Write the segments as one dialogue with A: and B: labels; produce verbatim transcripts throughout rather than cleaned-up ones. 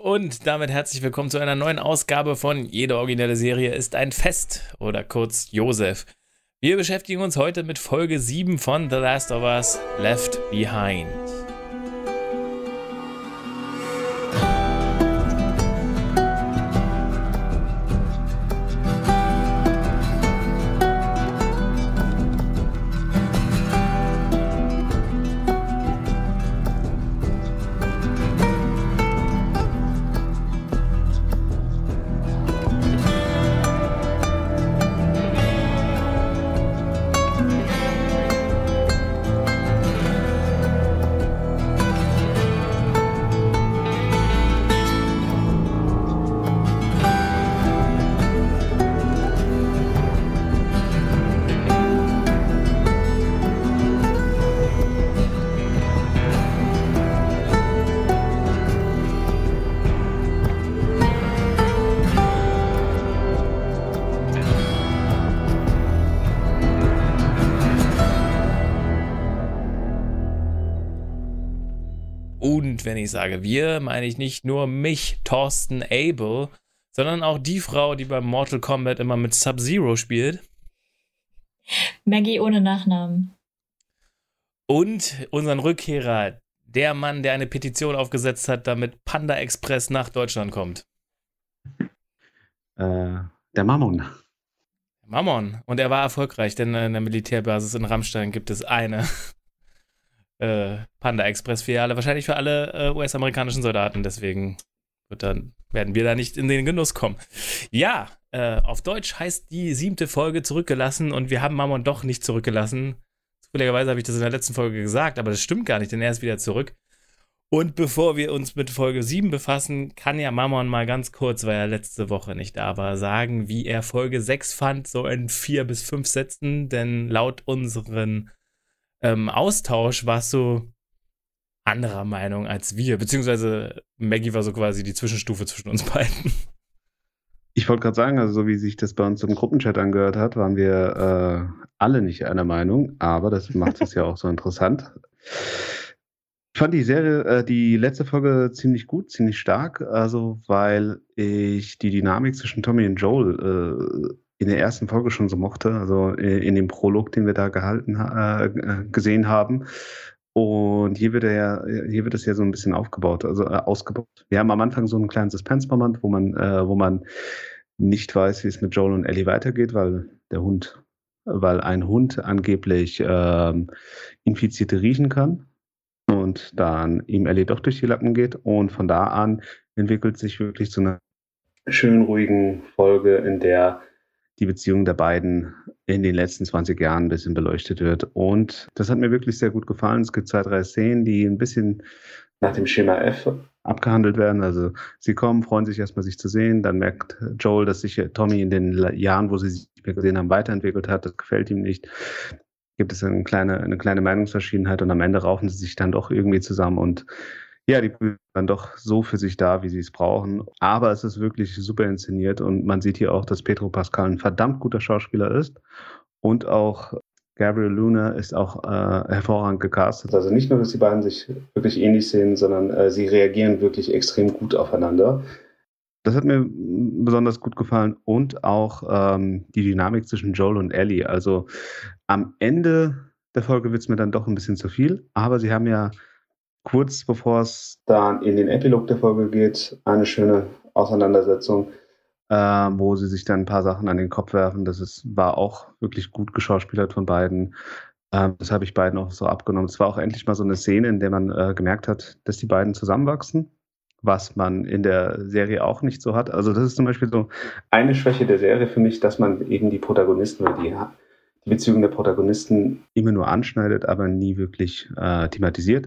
A: Und damit herzlich willkommen zu einer neuen Ausgabe von Jede originelle Serie ist ein Fest oder kurz Josef. Wir beschäftigen uns heute mit Folge sieben von The Last of Us Left Behind. Und wenn ich sage wir, meine ich nicht nur mich, Thorsten Abel, sondern auch die Frau, die beim Mortal Kombat immer mit Sub-Zero spielt.
B: Maggie ohne Nachnamen.
A: Und unseren Rückkehrer, der Mann, der eine Petition aufgesetzt hat, damit Panda Express nach Deutschland kommt.
C: Äh, der Mammon.
A: Mammon. Und er war erfolgreich, denn in der Militärbasis in Rammstein gibt es eine äh, Panda Express-Filiale. Wahrscheinlich für alle äh, U S-amerikanischen Soldaten. Deswegen wird dann, werden wir da nicht in den Genuss kommen. Ja, äh, auf Deutsch heißt die siebte Folge zurückgelassen und wir haben Mammon doch nicht zurückgelassen. Zufälligerweise habe ich das in der letzten Folge gesagt, aber das stimmt gar nicht, denn er ist wieder zurück. Und bevor wir uns mit Folge sieben befassen, kann ja Mammon mal ganz kurz, weil er letzte Woche nicht da war, sagen, wie er Folge sechs fand, so in vier bis fünf Sätzen, denn laut unseren ähm, Austausch warst du anderer Meinung als wir, beziehungsweise Maggie war so quasi die Zwischenstufe zwischen uns beiden.
C: Ich wollte gerade sagen, also so wie sich das bei uns im Gruppenchat angehört hat, waren wir äh, alle nicht einer Meinung, aber das macht es ja auch so interessant. Ich fand die Serie, äh, die letzte Folge ziemlich gut, ziemlich stark, also weil ich die Dynamik zwischen Tommy und Joel äh, in der ersten Folge schon so mochte, also in dem Prolog, den wir da gehalten, äh, gesehen haben. Und hier wird er ja, hier wird es ja so ein bisschen aufgebaut, also äh, ausgebaut. Wir haben am Anfang so einen kleinen Suspense-Moment, wo man, äh, wo man nicht weiß, wie es mit Joel und Ellie weitergeht, weil der Hund, weil ein Hund angeblich ähm, Infizierte riechen kann und dann ihm Ellie doch durch die Lappen geht. Und von da an entwickelt sich wirklich so eine schön ruhigen Folge, in der die Beziehung der beiden in den letzten zwanzig Jahren ein bisschen beleuchtet wird. Und das hat mir wirklich sehr gut gefallen. Es gibt zwei, drei Szenen, die ein bisschen nach dem Schema F abgehandelt werden. Also sie kommen, freuen sich erstmal, sich zu sehen. Dann merkt Joel, dass sich Tommy in den Jahren, wo sie sich nicht mehr gesehen haben, weiterentwickelt hat. Das gefällt ihm nicht. Gibt es eine kleine, eine kleine Meinungsverschiedenheit und am Ende raufen sie sich dann doch irgendwie zusammen und ja, die sind dann doch so für sich da, wie sie es brauchen. Aber es ist wirklich super inszeniert und man sieht hier auch, dass Pedro Pascal ein verdammt guter Schauspieler ist und auch Gabriel Luna ist auch äh, hervorragend gecastet. Also nicht nur, dass die beiden sich wirklich ähnlich sehen, sondern äh, sie reagieren wirklich extrem gut aufeinander. Das hat mir besonders gut gefallen und auch ähm, die Dynamik zwischen Joel und Ellie. Also am Ende der Folge wird es mir dann doch ein bisschen zu viel, aber sie haben ja kurz bevor es dann in den Epilog der Folge geht, eine schöne Auseinandersetzung, äh, wo sie sich dann ein paar Sachen an den Kopf werfen. Das ist, war auch wirklich gut geschauspielert von beiden. Ähm, das habe ich beiden auch so abgenommen. Es war auch endlich mal so eine Szene, in der man äh, gemerkt hat, dass die beiden zusammenwachsen, was man in der Serie auch nicht so hat. Also das ist zum Beispiel so eine Schwäche der Serie für mich, dass man eben die Protagonisten oder die, die Beziehung der Protagonisten immer nur anschneidet, aber nie wirklich äh, thematisiert.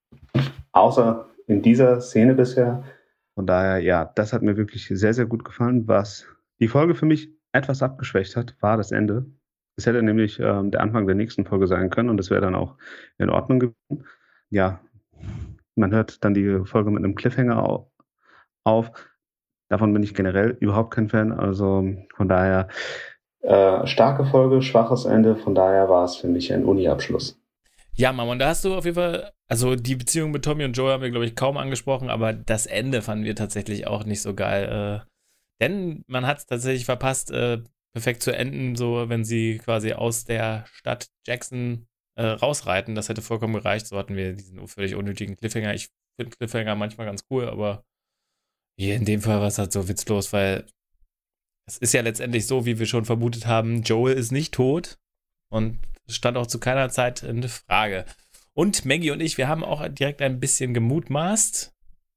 C: Außer in dieser Szene bisher. Von daher, ja, das hat mir wirklich sehr, sehr gut gefallen. Was die Folge für mich etwas abgeschwächt hat, war das Ende. Es hätte nämlich ähm, der Anfang der nächsten Folge sein können und das wäre dann auch in Ordnung gewesen. Ja, man hört dann die Folge mit einem Cliffhanger auf. Davon bin ich generell überhaupt kein Fan. Also von daher äh, starke Folge, schwaches Ende. Von daher war es für mich ein Uni-Abschluss.
A: Ja, Mama, und da hast du auf jeden Fall also die Beziehung mit Tommy und Joel haben wir, glaube ich, kaum angesprochen, aber das Ende fanden wir tatsächlich auch nicht so geil. Äh, denn man hat es tatsächlich verpasst, äh, perfekt zu enden, so wenn sie quasi aus der Stadt Jackson äh, rausreiten. Das hätte vollkommen gereicht. So hatten wir diesen völlig unnötigen Cliffhanger. Ich finde Cliffhanger manchmal ganz cool, aber hier in dem Fall war es halt so witzlos, weil es ist ja letztendlich so, wie wir schon vermutet haben, Joel ist nicht tot und es stand auch zu keiner Zeit in Frage. Und Maggie und ich, wir haben auch direkt ein bisschen gemutmaßt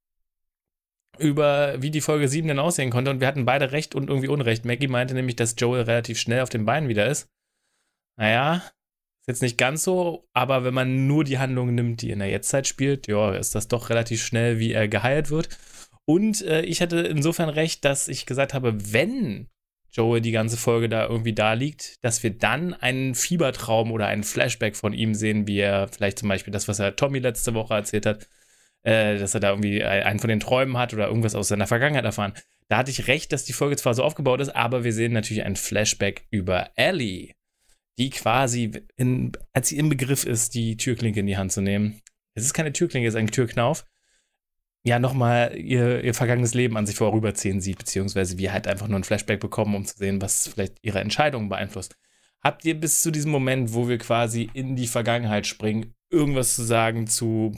A: über, wie die Folge sieben denn aussehen konnte. Und wir hatten beide Recht und irgendwie Unrecht. Maggie meinte nämlich, dass Joel relativ schnell auf den Beinen wieder ist. Naja, ist jetzt nicht ganz so, aber wenn man nur die Handlungen nimmt, die in der Jetztzeit spielt, ja, ist das doch relativ schnell, wie er geheilt wird. Und äh, ich hatte insofern recht, dass ich gesagt habe, wenn Joel die ganze Folge da irgendwie da liegt, dass wir dann einen Fiebertraum oder einen Flashback von ihm sehen, wie er vielleicht zum Beispiel das, was er Tommy letzte Woche erzählt hat, äh, dass er da irgendwie einen von den Träumen hat oder irgendwas aus seiner Vergangenheit erfahren. Da hatte ich recht, dass die Folge zwar so aufgebaut ist, aber wir sehen natürlich einen Flashback über Ellie, die quasi, in, als sie im Begriff ist, die Türklinke in die Hand zu nehmen. Es ist keine Türklinke, es ist ein Türknauf. Ja, nochmal ihr, ihr vergangenes Leben an sich vorüberziehen sieht, beziehungsweise wir halt einfach nur ein Flashback bekommen, um zu sehen, was vielleicht ihre Entscheidungen beeinflusst. Habt ihr bis zu diesem Moment, wo wir quasi in die Vergangenheit springen, irgendwas zu sagen zu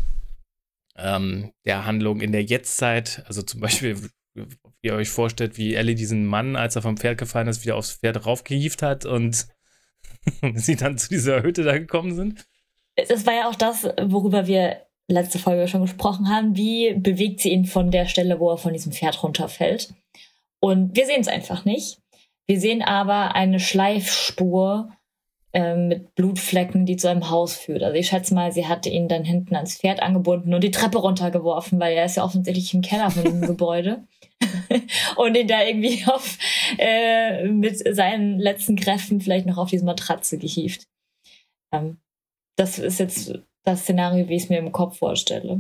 A: ähm, der Handlung in der Jetztzeit? Also zum Beispiel, wie ihr euch vorstellt, wie Ellie diesen Mann, als er vom Pferd gefallen ist, wieder aufs Pferd raufgehievt hat und sie dann zu dieser Hütte da gekommen sind?
B: Das war ja auch das, worüber wir letzte Folge schon gesprochen haben. Wie bewegt sie ihn von der Stelle, wo er von diesem Pferd runterfällt? Und wir sehen es einfach nicht. Wir sehen aber eine Schleifspur äh, mit Blutflecken, die zu einem Haus führt. Also ich schätze mal, sie hatte ihn dann hinten ans Pferd angebunden und die Treppe runtergeworfen, weil er ist ja offensichtlich im Keller von diesem Gebäude. Und ihn da irgendwie auf, äh, mit seinen letzten Kräften vielleicht noch auf diese Matratze gehievt. Ähm, das ist jetzt das Szenario, wie ich es mir im Kopf vorstelle.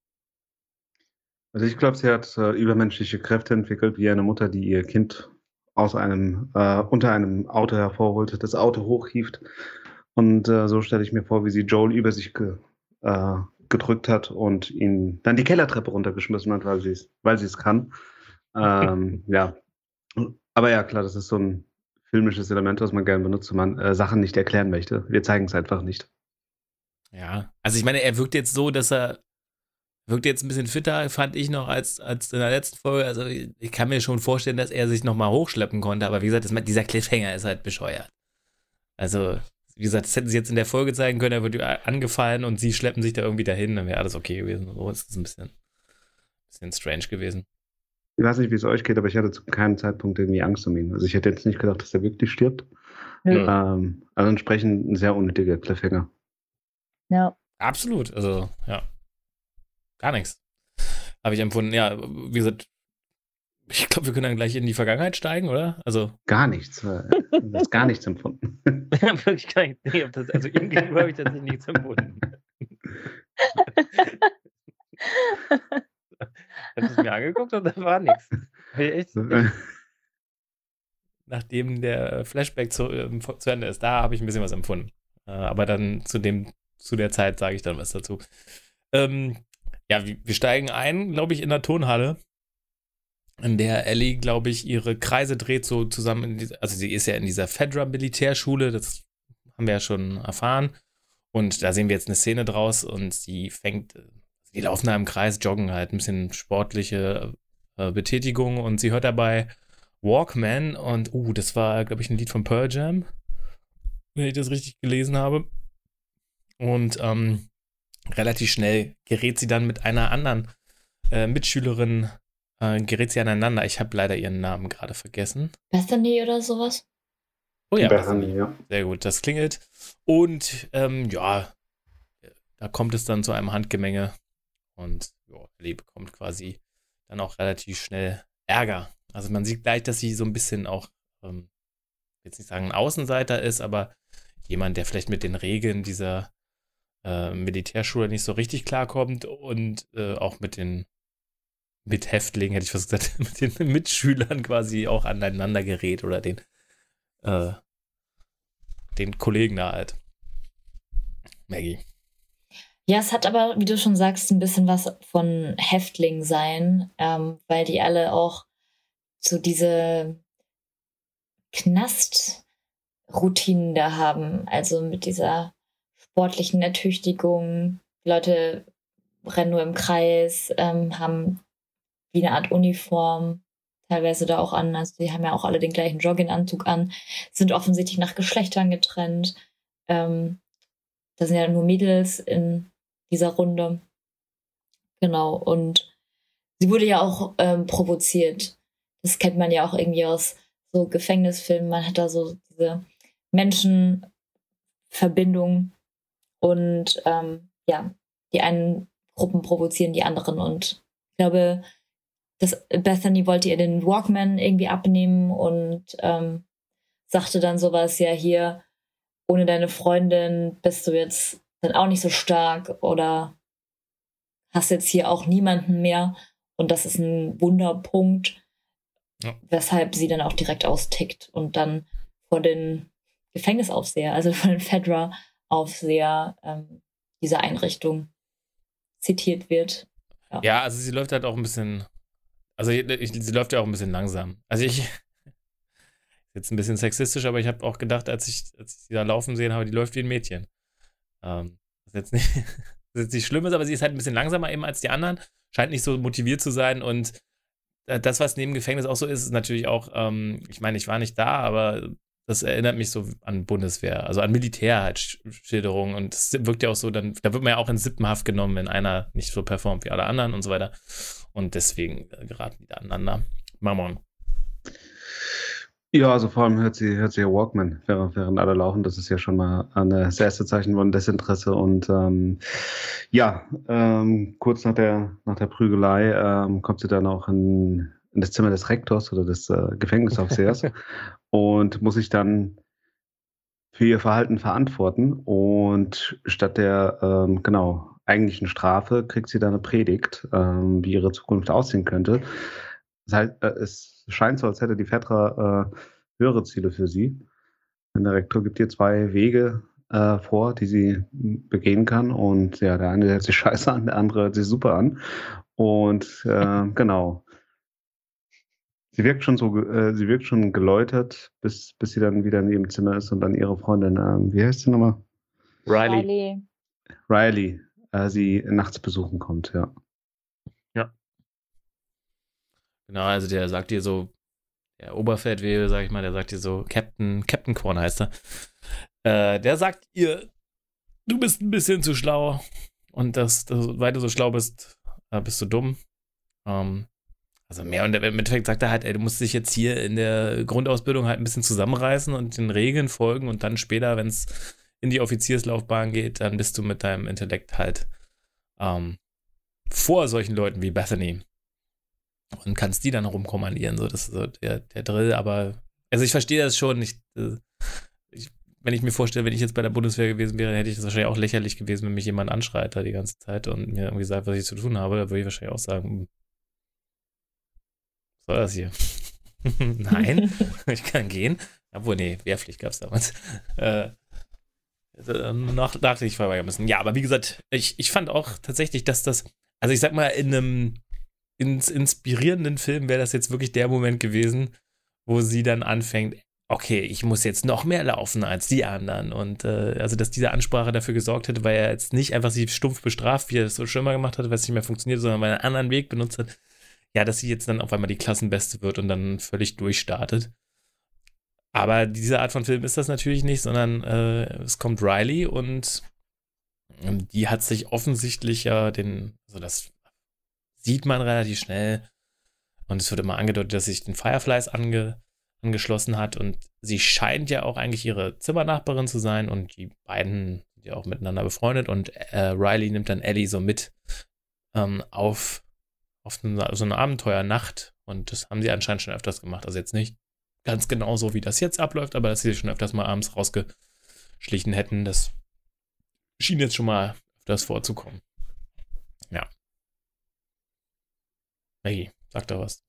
C: Also ich glaube, sie hat äh, übermenschliche Kräfte entwickelt, wie eine Mutter, die ihr Kind aus einem äh, unter einem Auto hervorholt, das Auto hochhieft. Und äh, so stelle ich mir vor, wie sie Joel über sich ge, äh, gedrückt hat und ihn dann die Kellertreppe runtergeschmissen hat, weil sie es weil sie es kann. ähm, ja, aber ja, klar, das ist so ein filmisches Element, was man gerne benutzt, wenn man äh, Sachen nicht erklären möchte. Wir zeigen es einfach nicht.
A: Ja, also ich meine, er wirkt jetzt so, dass er wirkt jetzt ein bisschen fitter, fand ich noch, als, als in der letzten Folge. Also ich, ich kann mir schon vorstellen, dass er sich nochmal hochschleppen konnte, aber wie gesagt, das, dieser Cliffhanger ist halt bescheuert. Also, wie gesagt, das hätten sie jetzt in der Folge zeigen können, er wird angefallen und sie schleppen sich da irgendwie dahin, dann wäre alles okay gewesen. So ist es ein bisschen, bisschen strange gewesen.
C: Ich weiß nicht, wie es euch geht, aber ich hatte zu keinem Zeitpunkt irgendwie Angst um ihn. Also ich hätte jetzt nicht gedacht, dass er wirklich stirbt. Ja. Ähm, also entsprechend ein sehr unnötiger Cliffhanger.
B: Ja.
A: Absolut, also ja. Gar nichts. Habe ich empfunden. Ja, wie gesagt, ich glaube, wir können dann gleich in die Vergangenheit steigen, oder? Also
C: gar nichts. Du hast gar nichts empfunden.
A: Ja, wirklich gar nichts. Nee, das, also ihm gegenüber habe ich tatsächlich nichts empfunden. Hast du es mir angeguckt und da war nichts. Echt? Nachdem der Flashback zu, äh, zu Ende ist, da habe ich ein bisschen was empfunden. Äh, aber dann zu dem zu der Zeit sage ich dann was dazu. Ähm, ja, wir steigen ein, glaube ich, in der Turnhalle, in der Ellie, glaube ich, ihre Kreise dreht, so zusammen, in die, also sie ist ja in dieser Fedra-Militärschule, das haben wir ja schon erfahren. Und da sehen wir jetzt eine Szene draus und sie fängt, die laufen da im Kreis, joggen halt, ein bisschen sportliche äh, Betätigung und sie hört dabei Walkman und, uh, das war, glaube ich, ein Lied von Pearl Jam, wenn ich das richtig gelesen habe. Und ähm, relativ schnell gerät sie dann mit einer anderen äh, Mitschülerin, äh, gerät sie aneinander. Ich habe leider ihren Namen gerade vergessen.
B: Bethany oder sowas?
A: Oh ja,
C: Bethany, ja.
A: Sehr gut, das klingelt. Und ähm, ja, da kommt es dann zu einem Handgemenge. Und ja, Ellie bekommt quasi dann auch relativ schnell Ärger. Also man sieht gleich, dass sie so ein bisschen auch, ähm, ich will jetzt nicht sagen ein Außenseiter ist, aber jemand, der vielleicht mit den Regeln dieser äh, Militärschule nicht so richtig klarkommt und äh, auch mit den Mithäftlingen, hätte ich fast gesagt, mit den Mitschülern quasi auch aneinander gerät oder den äh, den Kollegen da halt. Maggie.
B: Ja, es hat aber, wie du schon sagst, ein bisschen was von Häftling sein, ähm, weil die alle auch so diese Knastruttinen da haben. Also mit dieser sportlichen Ertüchtigung. Die Leute rennen nur im Kreis, ähm, haben wie eine Art Uniform teilweise da auch an. Also die haben ja auch alle den gleichen Jogginganzug an, sind offensichtlich nach Geschlechtern getrennt. Ähm, da sind ja nur Mädels in dieser Runde. Genau, und sie wurde ja auch ähm, provoziert. Das kennt man ja auch irgendwie aus so Gefängnisfilmen. Man hat da so diese Menschenverbindung und ähm, ja, die einen Gruppen provozieren die anderen. Und ich glaube, dass Bethany wollte ihr den Walkman irgendwie abnehmen und ähm, sagte dann sowas, ja hier, ohne deine Freundin bist du jetzt dann auch nicht so stark oder hast jetzt hier auch niemanden mehr. Und das ist ein Wunderpunkt, ja. Weshalb sie dann auch direkt austickt und dann vor den Gefängnisaufseher, also vor den Fedra-Aufseher ähm, dieser Einrichtung zitiert wird.
A: Ja. ja, also sie läuft halt auch ein bisschen, also ich, sie läuft ja auch ein bisschen langsam. Also ich, jetzt ein bisschen sexistisch, aber ich habe auch gedacht, als ich, als ich sie da laufen sehen habe, die läuft wie ein Mädchen. Ähm, das ist jetzt nicht, das ist jetzt nicht schlimm ist, aber sie ist halt ein bisschen langsamer eben als die anderen, scheint nicht so motiviert zu sein und das, was neben Gefängnis auch so ist, ist natürlich auch, ähm, ich meine, ich war nicht da, aber das erinnert mich so an Bundeswehr, also an Militärschilderungen und es wirkt ja auch so, dann, da wird man ja auch in Sippenhaft genommen, wenn einer nicht so performt wie alle anderen und so weiter und deswegen geraten die da aneinander. Mammon.
C: Ja, also vor allem hört sie, hört sie ja Walkman, während, während alle laufen. Das ist ja schon mal ein das erste Zeichen von Desinteresse. Und ähm, ja, ähm, kurz nach der, nach der Prügelei ähm, kommt sie dann auch in, in das Zimmer des Rektors oder des äh, Gefängnisaufsehers und muss sich dann für ihr Verhalten verantworten. Und statt der ähm, genau eigentlichen Strafe kriegt sie dann eine Predigt, ähm, wie ihre Zukunft aussehen könnte. Das heißt, äh, es scheint so, als hätte die Fedra äh, höhere Ziele für sie. Der Rektor gibt ihr zwei Wege äh, vor, die sie begehen kann. Und ja, der eine hört sich scheiße an, der andere hört sich super an. Und äh, genau. Sie wirkt schon so, äh, sie wirkt schon geläutert, bis, bis sie dann wieder in ihrem Zimmer ist und dann ihre Freundin, äh, wie heißt sie nochmal?
B: Riley.
C: Riley, äh, sie nachts besuchen kommt, ja.
A: Ja. Genau, also der sagt ihr so, der Oberfeldwebel, sag ich mal, der sagt ihr so, Captain, Captain Korn heißt er. Äh, der sagt ihr, du bist ein bisschen zu schlau und das, das, weil du so schlau bist, äh, bist du dumm. Ähm, also mehr und im Endeffekt sagt er halt, ey, du musst dich jetzt hier in der Grundausbildung halt ein bisschen zusammenreißen und den Regeln folgen und dann später, wenn es in die Offizierslaufbahn geht, dann bist du mit deinem Intellekt halt ähm, vor solchen Leuten wie Bethany. Und kannst die dann rumkommandieren, so, das ist so der, der Drill, aber, also ich verstehe das schon, ich, ich, wenn ich mir vorstelle, wenn ich jetzt bei der Bundeswehr gewesen wäre, hätte ich das wahrscheinlich auch lächerlich gewesen, wenn mich jemand anschreit da die ganze Zeit und mir irgendwie sagt, was ich zu tun habe, da würde ich wahrscheinlich auch sagen, was soll das hier? Nein, ich kann gehen. Obwohl, nee, Wehrpflicht gab es damals. Äh, noch dachte ich vorbei müssen. Ja, aber wie gesagt, ich, ich fand auch tatsächlich, dass das, also ich sag mal, in einem ins inspirierenden Film wäre das jetzt wirklich der Moment gewesen, wo sie dann anfängt, okay, ich muss jetzt noch mehr laufen als die anderen. Und äh, also, dass diese Ansprache dafür gesorgt hätte, weil er jetzt nicht einfach sie stumpf bestraft, wie er das so schon mal gemacht hat, weil es nicht mehr funktioniert, sondern weil er einen anderen Weg benutzt hat. Ja, dass sie jetzt dann auf einmal die Klassenbeste wird und dann völlig durchstartet. Aber diese Art von Film ist das natürlich nicht, sondern äh, es kommt Riley und äh, die hat sich offensichtlich ja den, also das sieht man relativ schnell und es wird immer angedeutet, dass sich den Fireflies ange, angeschlossen hat und sie scheint ja auch eigentlich ihre Zimmernachbarin zu sein und die beiden sind ja auch miteinander befreundet und äh, Riley nimmt dann Ellie so mit ähm, auf, auf eine, so eine Abenteuernacht und das haben sie anscheinend schon öfters gemacht, also jetzt nicht ganz genau so, wie das jetzt abläuft, aber dass sie schon öfters mal abends rausgeschlichen hätten, das schien jetzt schon mal öfters vorzukommen. Ja. Maggie, sag doch was.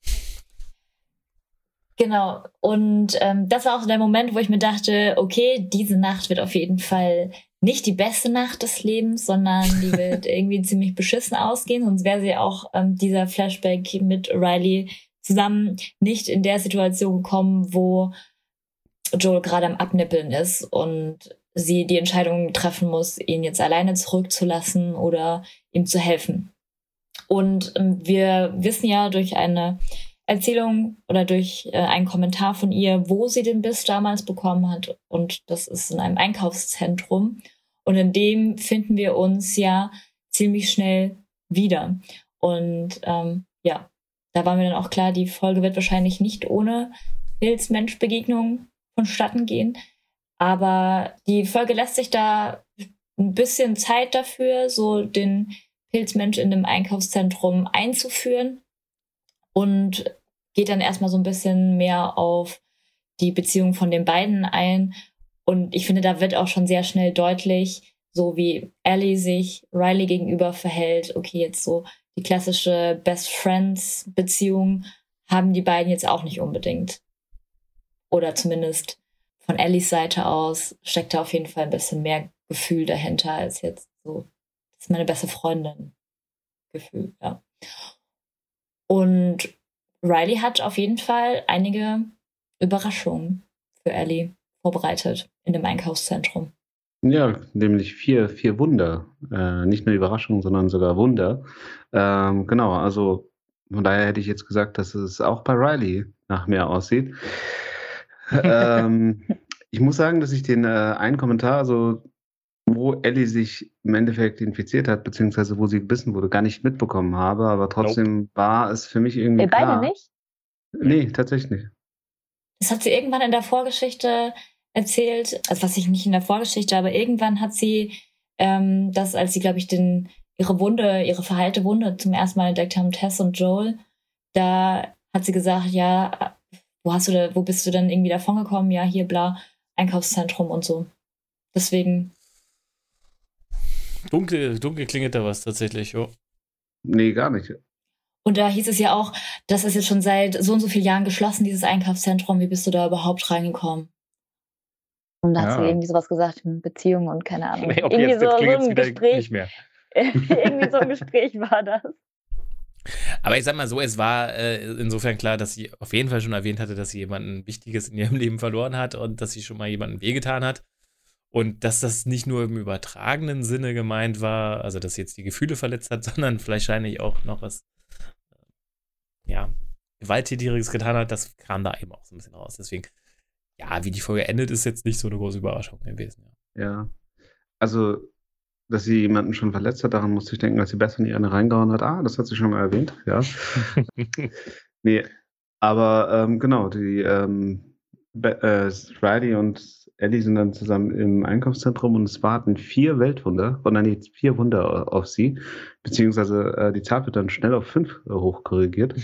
B: Genau, und ähm, das war auch der Moment, wo ich mir dachte, okay, diese Nacht wird auf jeden Fall nicht die beste Nacht des Lebens, sondern die wird irgendwie ziemlich beschissen ausgehen. Sonst wäre sie auch ähm, dieser Flashback mit Riley zusammen nicht in der Situation gekommen, wo Joel gerade am Abnippeln ist und sie die Entscheidung treffen muss, ihn jetzt alleine zurückzulassen oder ihm zu helfen. Und ähm, wir wissen ja durch eine Erzählung oder durch äh, einen Kommentar von ihr, wo sie den Biss damals bekommen hat. Und das ist in einem Einkaufszentrum. Und in dem finden wir uns ja ziemlich schnell wieder. Und ähm, ja, da war mir dann auch klar, die Folge wird wahrscheinlich nicht ohne Pilzmensch-Begegnung vonstatten gehen. Aber die Folge lässt sich da ein bisschen Zeit dafür, so den Pilzmensch in dem Einkaufszentrum einzuführen und geht dann erstmal so ein bisschen mehr auf die Beziehung von den beiden ein. Und ich finde, da wird auch schon sehr schnell deutlich, so wie Ellie sich Riley gegenüber verhält. Okay, jetzt so die klassische Best-Friends-Beziehung haben die beiden jetzt auch nicht unbedingt. Oder zumindest von Ellies Seite aus steckt da auf jeden Fall ein bisschen mehr Gefühl dahinter als jetzt so, das ist meine beste Freundin Gefühl, ja. Und Riley hat auf jeden Fall einige Überraschungen für Ellie vorbereitet in dem Einkaufszentrum.
C: Ja, nämlich vier, vier Wunder. Äh, nicht nur Überraschungen, sondern sogar Wunder. Ähm, genau, also von daher hätte ich jetzt gesagt, dass es auch bei Riley nach mehr aussieht. ähm, ich muss sagen, dass ich den äh, einen Kommentar, also wo Ellie sich im Endeffekt infiziert hat, beziehungsweise wo sie gebissen wurde, gar nicht mitbekommen habe, aber trotzdem nope. war es für mich irgendwie
B: Wir beide
C: klar.
B: nicht?
C: Nee, tatsächlich nicht.
B: Das hat sie irgendwann in der Vorgeschichte erzählt, also was ich nicht in der Vorgeschichte, aber irgendwann hat sie ähm, das, als sie, glaube ich, den, ihre Wunde, ihre verheilte Wunde zum ersten Mal entdeckt haben, Tess und Joel, da hat sie gesagt, ja, wo hast du da, wo bist du denn irgendwie davon gekommen? Ja, hier, bla, Einkaufszentrum und so. Deswegen.
A: Dunkel, dunkel klingelt da was tatsächlich, oh.
C: Nee, gar nicht.
B: Und da hieß es ja auch, das ist jetzt schon seit so und so vielen Jahren geschlossen, dieses Einkaufszentrum. Wie bist du da überhaupt reingekommen?
D: Und da
A: Ja.
D: hat sie irgendwie sowas gesagt, Beziehung und keine Ahnung.
A: Nee, okay,
D: irgendwie
A: jetzt,
D: so,
A: jetzt
D: so
A: klingelt's
D: ein
A: wieder
D: Gespräch.
A: nicht mehr.
D: irgendwie so ein Gespräch war das.
A: Aber ich sag mal so, es war äh, insofern klar, dass sie auf jeden Fall schon erwähnt hatte, dass sie jemanden Wichtiges in ihrem Leben verloren hat und dass sie schon mal jemanden wehgetan hat. Und dass das nicht nur im übertragenen Sinne gemeint war, also dass sie jetzt die Gefühle verletzt hat, sondern wahrscheinlich auch noch was ja, Gewalttätiges getan hat, das kam da eben auch so ein bisschen raus. Deswegen, ja, wie die Folge endet, ist jetzt nicht so eine große Überraschung gewesen.
C: Ja, ja. Also, dass sie jemanden schon verletzt hat, daran musste ich denken, als sie besser in die eine reingehauen hat. Ah, das hat sie schon mal erwähnt, ja. Nee, aber ähm, genau, die ähm, Be- äh, Riley und Ellie sind dann zusammen im Einkaufszentrum und es warten vier Weltwunder, oder nee, vier Wunder auf sie, beziehungsweise äh, die Zahl wird dann schnell auf fünf äh, hochkorrigiert.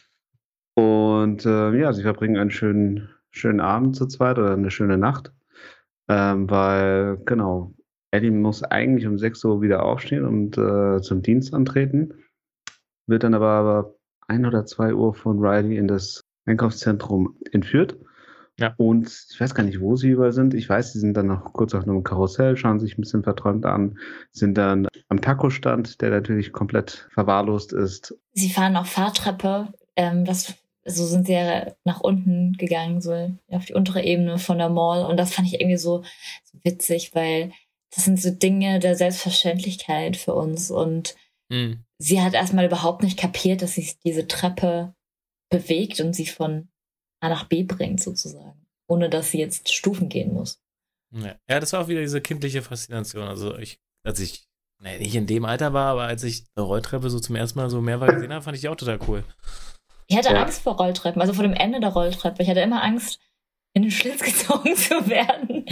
C: Und äh, ja, sie verbringen einen schönen, schönen Abend zu zweit oder eine schöne Nacht, ähm, weil, genau, Ellie muss eigentlich um sechs Uhr wieder aufstehen und äh, zum Dienst antreten, wird dann aber, aber ein oder zwei Uhr von Riley in das Einkaufszentrum entführt.
A: Ja.
C: Und ich weiß gar nicht, wo sie überall sind. Ich weiß, sie sind dann noch kurz auf einem Karussell, schauen sich ein bisschen verträumt an, sind dann am Taco-Stand, der natürlich komplett verwahrlost ist.
B: Sie fahren auf Fahrtreppe, ähm, das, so sind sie ja nach unten gegangen, so auf die untere Ebene von der Mall. Und das fand ich irgendwie so, so witzig, weil das sind so Dinge der Selbstverständlichkeit für uns. Und
A: Mhm.
B: sie hat erstmal überhaupt nicht kapiert, dass sich diese Treppe bewegt und sie von A nach B bringt sozusagen, ohne dass sie jetzt Stufen gehen muss.
A: Ja. ja, das war auch wieder diese kindliche Faszination. Also ich, als ich, nee, nicht in dem Alter war, aber als ich eine Rolltreppe so zum ersten Mal so mehrfach gesehen habe, fand ich die auch total cool.
B: Ich hatte
C: Ja.
B: Angst vor Rolltreppen, also vor dem Ende der Rolltreppe. Ich hatte immer Angst, in den Schlitz gezogen zu werden.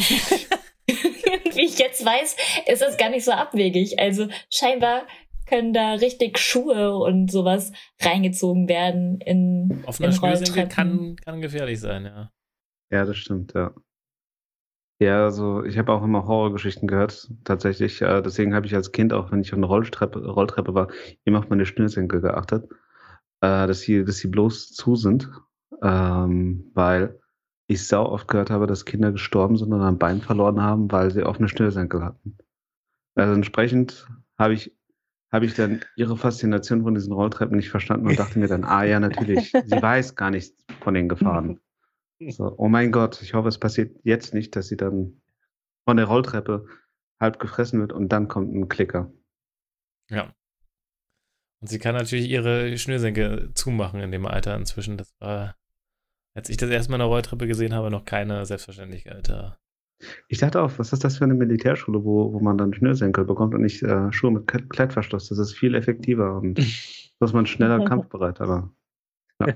B: Wie ich jetzt weiß, ist das gar nicht so abwegig. Also scheinbar können da richtig Schuhe und sowas reingezogen werden in,
A: Offener
B: in
A: Schnürsenkel
B: Rolltreppen.
A: kann, kann gefährlich sein, ja.
C: Ja, das stimmt, ja. Ja, also ich habe auch immer Horrorgeschichten gehört, tatsächlich. Äh, deswegen habe ich als Kind, auch wenn ich auf einer Rolltreppe, Rolltreppe war, immer auf meine Schnürsenkel geachtet, äh, dass sie, dass sie bloß zu sind. Ähm, weil ich sau oft gehört habe, dass Kinder gestorben sind und ein Bein verloren haben, weil sie offene Schnürsenkel hatten. Also entsprechend habe ich, habe ich dann ihre Faszination von diesen Rolltreppen nicht verstanden und dachte mir dann, ah ja, natürlich, sie weiß gar nichts von den Gefahren. So, oh mein Gott, ich hoffe, es passiert jetzt nicht, dass sie dann von der Rolltreppe halb gefressen wird und dann kommt ein Klicker.
A: Ja. Und sie kann natürlich ihre Schnürsenkel zumachen in dem Alter inzwischen. Das war, als ich das erste Mal eine Rolltreppe gesehen habe, noch keine Selbstverständlichkeit. Ja.
C: Ich dachte auch, was ist das für eine Militärschule, wo, wo man dann Schnürsenkel bekommt und nicht äh, Schuhe mit K- Klettverschluss? Das ist viel effektiver und so ist man schneller kampfbereit, aber ja.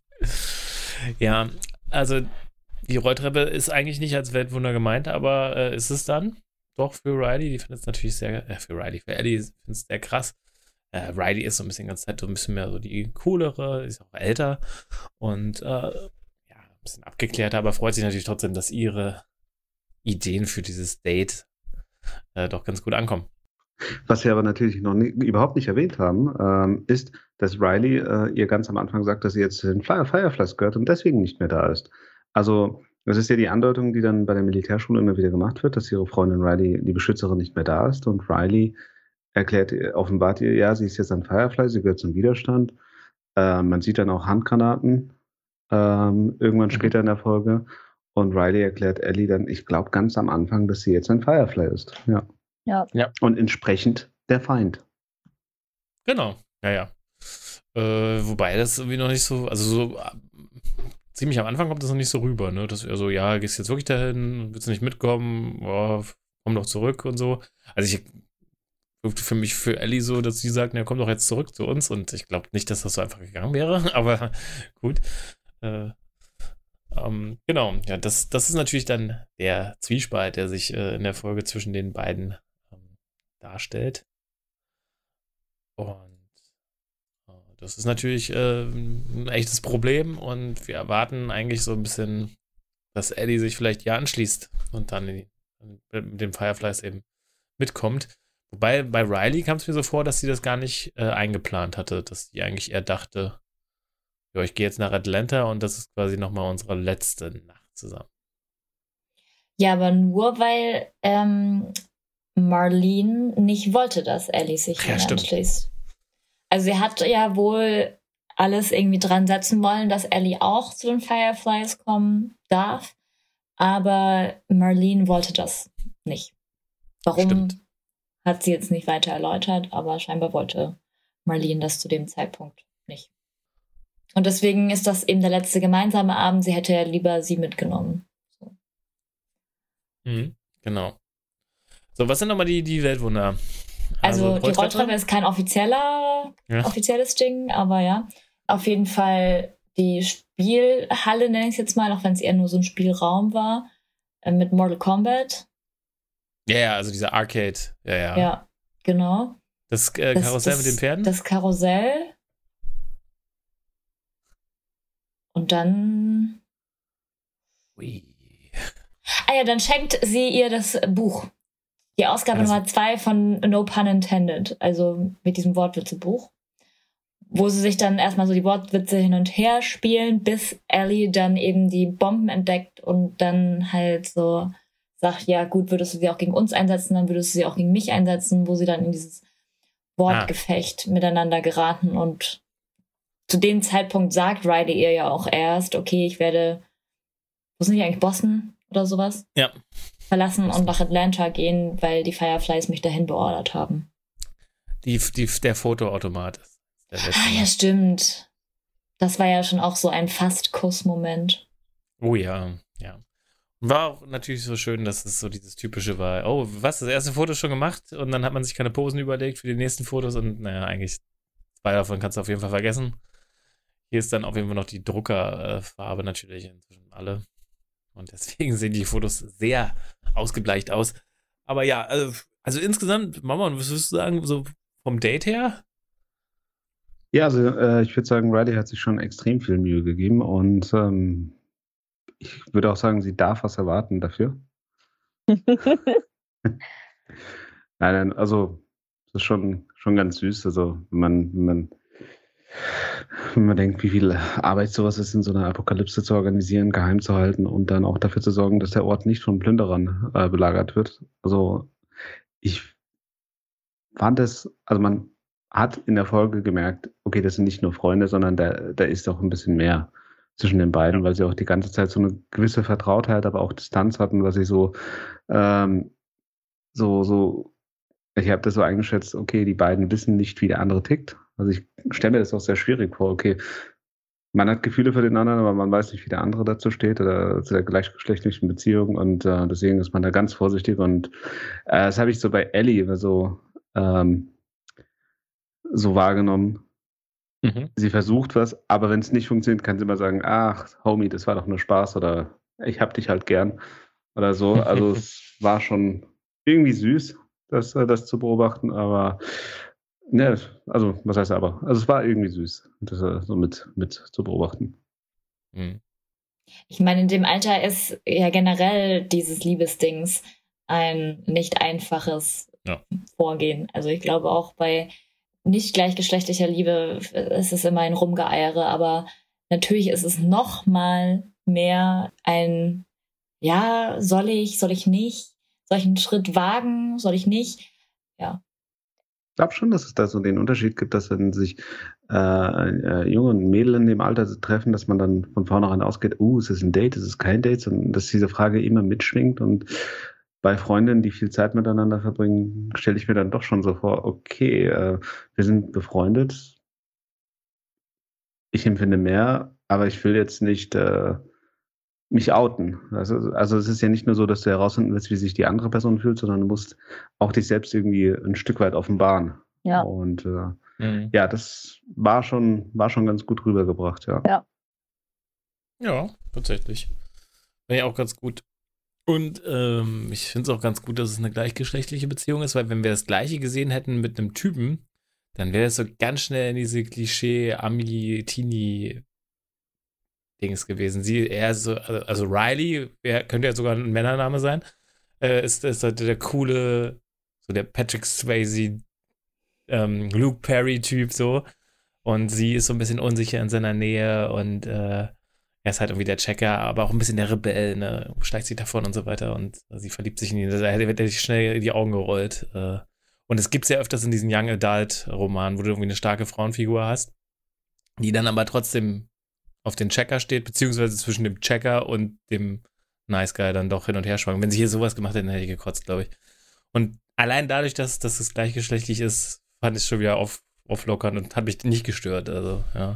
A: Ja, also die Rolltreppe ist eigentlich nicht als Weltwunder gemeint, aber äh, ist es dann doch für Riley. Die findet es natürlich sehr, äh, für Riley, für Ellie findet es sehr krass. Äh, Riley ist so ein bisschen ganz nett, so ein bisschen mehr so die coolere, ist auch älter und äh, ja, ein bisschen abgeklärter, aber freut sich natürlich trotzdem, dass ihre Ideen für dieses Date äh, doch ganz gut ankommen.
C: Was wir aber natürlich noch nie, überhaupt nicht erwähnt haben, ähm, ist, dass Riley äh, ihr ganz am Anfang sagt, dass sie jetzt zu den Fire Fireflies gehört und deswegen nicht mehr da ist. Also das ist ja die Andeutung, die dann bei der Militärschule immer wieder gemacht wird, dass ihre Freundin Riley, die Beschützerin, nicht mehr da ist und Riley erklärt, offenbart ihr, ja, sie ist jetzt ein Firefly, sie gehört zum Widerstand. Äh, man sieht dann auch Handgranaten ähm, irgendwann
A: Mhm.
C: später in der Folge und Riley erklärt Ellie dann, ich glaube ganz am Anfang, dass sie jetzt ein Firefly ist. Ja.
D: Ja.
A: Ja.
C: Und entsprechend der Feind.
A: Genau, ja, ja. Äh, wobei das irgendwie noch nicht so, also so äh, ziemlich am Anfang kommt das noch nicht so rüber, ne? Dass wir so, ja, gehst jetzt wirklich dahin, willst du nicht mitkommen, oh, komm doch zurück und so. Also ich wirkte für mich, für Ellie so, dass sie sagt, ja, komm doch jetzt zurück zu uns und ich glaube nicht, dass das so einfach gegangen wäre, aber gut. Äh, ähm, genau, ja, das, das ist natürlich dann der Zwiespalt, der sich äh, in der Folge zwischen den beiden ähm, darstellt. Und äh, das ist natürlich äh, ein echtes Problem und wir erwarten eigentlich so ein bisschen, dass Ellie sich vielleicht ja anschließt und dann in die, mit den Fireflies eben mitkommt. Wobei bei Riley kam es mir so vor, dass sie das gar nicht äh, eingeplant hatte, dass sie eigentlich eher dachte, ja, ich gehe jetzt nach Atlanta und das ist quasi nochmal unsere letzte Nacht zusammen.
B: Ja, aber nur weil ähm, Marlene nicht wollte, dass Ellie sich
A: Ja,
B: ihm
A: stimmt.
B: anschließt. Also sie hat ja wohl alles irgendwie dran setzen wollen, dass Ellie auch zu den Fireflies kommen darf, aber Marlene wollte das nicht. Warum,
A: Stimmt.
B: hat sie jetzt nicht weiter erläutert, aber scheinbar wollte Marlene das zu dem Zeitpunkt nicht. Und deswegen ist das eben der letzte gemeinsame Abend. Sie hätte ja lieber sie mitgenommen. So.
A: Mhm, genau. So, was sind nochmal die, die Weltwunder?
B: Also, die Rolltreppe ist kein offizieller,
A: Ja.
B: offizielles Ding, aber ja. Auf jeden Fall die Spielhalle, nenne ich es jetzt mal, auch wenn es eher nur so ein Spielraum war, äh, mit Mortal Kombat.
A: Ja, ja, also dieser Arcade. Ja, ja.
B: Ja, genau.
A: Das äh,
B: Das-
A: Karussell
B: das-
A: mit den Pferden?
B: Das Karussell. Und dann.
A: Ui.
B: Ah ja, dann schenkt sie ihr das Buch. Die Ausgabe
A: Ja, das-
B: Nummer zwei von No Pun Intended, also mit diesem Wortwitzebuch. Wo sie sich dann erstmal so die Wortwitze hin und her spielen, bis Ellie dann eben die Bomben entdeckt und dann halt so sagt, ja gut, würdest du sie auch gegen uns einsetzen, dann würdest du sie auch gegen mich einsetzen, wo sie dann in dieses Wortgefecht miteinander geraten und zu dem Zeitpunkt sagt Riley ihr ja auch erst, okay, ich werde, wo sind die eigentlich, Boston oder sowas?
A: Ja.
B: Verlassen und nach Atlanta gehen, weil die Fireflies mich dahin beordert haben.
A: Die, die, der Fotoautomat ist der letzte.
B: Ah ja, stimmt. Das war ja schon auch so ein Fast-Kuss-Moment.
A: Oh ja, ja. War auch natürlich so schön, dass es so dieses typische war, oh, was, das erste Foto ist schon gemacht und dann hat man sich keine Posen überlegt für die nächsten Fotos und naja, eigentlich zwei davon kannst du auf jeden Fall vergessen. Hier ist dann auf jeden Fall noch die Druckerfarbe natürlich inzwischen alle und deswegen sehen die Fotos sehr ausgebleicht aus. Aber ja, also, also insgesamt, Mama, was würdest du sagen, so vom Date her?
C: Ja, also äh, ich würde sagen, Riley hat sich schon extrem viel Mühe gegeben und ähm, ich würde auch sagen, sie darf was erwarten dafür. Nein, nein, also das ist schon, schon ganz süß. Also wenn man, wenn man Wenn man denkt, wie viel Arbeit sowas ist, in so einer Apokalypse zu organisieren, geheim zu halten und dann auch dafür zu sorgen, dass der Ort nicht von Plünderern äh, belagert wird. Also ich fand es, also man hat in der Folge gemerkt, okay, das sind nicht nur Freunde, sondern da, da ist auch ein bisschen mehr zwischen den beiden, weil sie auch die ganze Zeit so eine gewisse Vertrautheit, aber auch Distanz hatten, was ich so, ähm, so, so, ich habe das so eingeschätzt, okay, die beiden wissen nicht, wie der andere tickt. Also ich stelle mir das auch sehr schwierig vor, okay, man hat Gefühle für den anderen, aber man weiß nicht, wie der andere dazu steht oder zu der gleichgeschlechtlichen Beziehung und äh, deswegen ist man da ganz vorsichtig und äh, das habe ich so bei Ellie immer so, ähm, so wahrgenommen.
A: Mhm.
C: Sie versucht was, aber wenn es nicht funktioniert, kann sie immer sagen, ach, Homie, das war doch nur Spaß oder ich hab dich halt gern oder so. Also es war schon irgendwie süß, das, äh, das zu beobachten, aber ne, also was heißt aber? Also es war irgendwie süß, das äh, so mit, mit zu beobachten.
A: Mhm.
B: Ich meine, in dem Alter ist ja generell dieses Liebesdings ein nicht einfaches
A: Ja.
B: Vorgehen. Also ich glaube auch bei nicht gleichgeschlechtlicher Liebe ist es immer ein Rumgeeiere, aber natürlich ist es noch mal mehr ein, ja, soll ich, soll ich nicht, soll ich einen Schritt wagen, soll ich nicht, ja.
C: Ich glaube schon, dass es da so den Unterschied gibt, dass wenn sich äh, äh, Junge und Mädel in dem Alter treffen, dass man dann von vornherein ausgeht, uh, ist es ein Date, ist es kein Date, und dass diese Frage immer mitschwingt und bei Freundinnen, die viel Zeit miteinander verbringen, stelle ich mir dann doch schon so vor, okay, äh, wir sind befreundet, ich empfinde mehr, aber ich will jetzt nicht äh, mich outen. Also, also es ist ja nicht nur so, dass du herausfinden willst, wie sich die andere Person fühlt, sondern du musst auch dich selbst irgendwie ein Stück weit offenbaren.
D: Ja.
C: Und äh,
A: Mhm.
C: ja, das war schon, war schon ganz gut rübergebracht, ja.
D: Ja.
A: Ja, tatsächlich. Finde ich auch ganz gut. Und ähm, ich finde es auch ganz gut, dass es eine gleichgeschlechtliche Beziehung ist, weil wenn wir das Gleiche gesehen hätten mit einem Typen, dann wäre es so ganz schnell in diese Klischee-Ami-Teenie-Dings gewesen. Sie eher so, also, also Riley, wer, könnte ja sogar ein Männername sein, äh, ist, ist halt der coole, so der Patrick Swayze, ähm, Luke Perry-Typ so. Und sie ist so ein bisschen unsicher in seiner Nähe und äh, er ist halt irgendwie der Checker, aber auch ein bisschen der Rebell, ne? Schleicht sich davon und so weiter und sie verliebt sich in ihn. Da wird er schnell die Augen gerollt. Äh. Und es gibt es ja öfters in diesen Young Adult-Romanen, wo du irgendwie eine starke Frauenfigur hast, die dann aber trotzdem auf den Checker steht, beziehungsweise zwischen dem Checker und dem Nice Guy dann doch hin und her schwanken. Wenn sie hier sowas gemacht hätten, hätte ich gekotzt, glaube ich. Und allein dadurch, dass, dass es gleichgeschlechtlich ist, fand ich es schon wieder auf, auflockern und hat mich nicht gestört. Also, ja.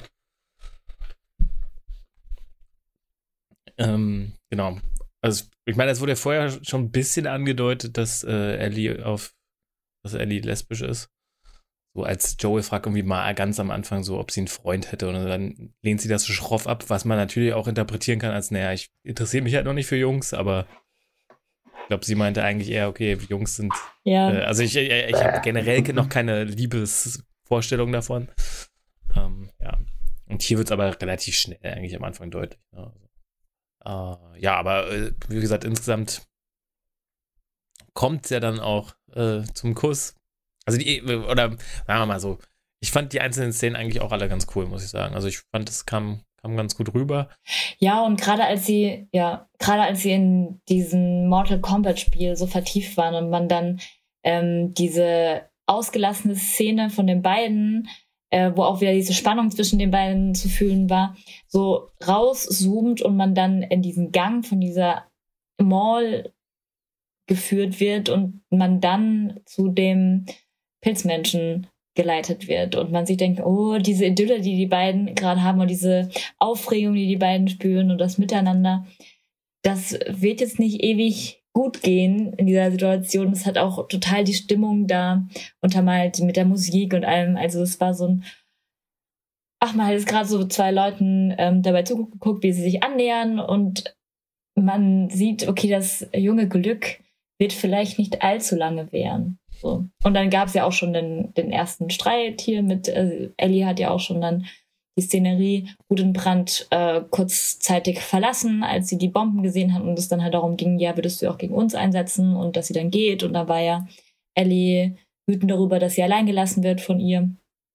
A: Ähm, genau. Also, ich meine, es wurde ja vorher schon ein bisschen angedeutet, dass äh, Ellie auf, dass Ellie lesbisch ist. So als Joel fragt irgendwie mal ganz am Anfang so, ob sie einen Freund hätte und dann lehnt sie das so schroff ab, was man natürlich auch interpretieren kann als, naja, ich interessiere mich halt noch nicht für Jungs, aber ich glaube, sie meinte eigentlich eher, okay, Jungs sind,
B: Ja.
A: äh, also ich, ich, ich habe generell noch keine Liebesvorstellung davon. Ähm, ja. Und hier wird es aber relativ schnell eigentlich am Anfang deutlich. Ne? Uh, ja, aber äh, wie gesagt, insgesamt kommt es ja dann auch äh, zum Kuss. Also die, oder sagen wir mal so, ich fand die einzelnen Szenen eigentlich auch alle ganz cool, muss ich sagen. Also ich fand, es kam, kam ganz gut rüber.
B: Ja, und gerade als sie, ja, gerade als sie in diesem Mortal Kombat Spiel so vertieft waren und man dann ähm, diese ausgelassene Szene von den beiden, äh, wo auch wieder diese Spannung zwischen den beiden zu fühlen war, so rauszoomt und man dann in diesen Gang von dieser Mall geführt wird und man dann zu dem Pilzmenschen geleitet wird und man sich denkt, oh, diese Idylle, die die beiden gerade haben und diese Aufregung, die die beiden spüren und das Miteinander, das wird jetzt nicht ewig gut gehen in dieser Situation. Es hat auch total die Stimmung da untermalt mit der Musik und allem. Also es war so ein, ach, man hat jetzt gerade so zwei Leuten ähm, dabei zugeguckt, wie sie sich annähern und man sieht, okay, das junge Glück wird vielleicht nicht allzu lange währen. So. Und dann gab es ja auch schon den, den ersten Streit hier mit, äh, Ellie hat ja auch schon dann die Szenerie Rudenbrand äh, kurzzeitig verlassen, als sie die Bomben gesehen hat und es dann halt darum ging, ja, würdest du auch gegen uns einsetzen und dass sie dann geht und da war ja Ellie wütend darüber, dass sie allein gelassen wird von ihr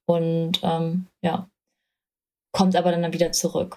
B: Und ähm, ja, kommt aber dann wieder zurück.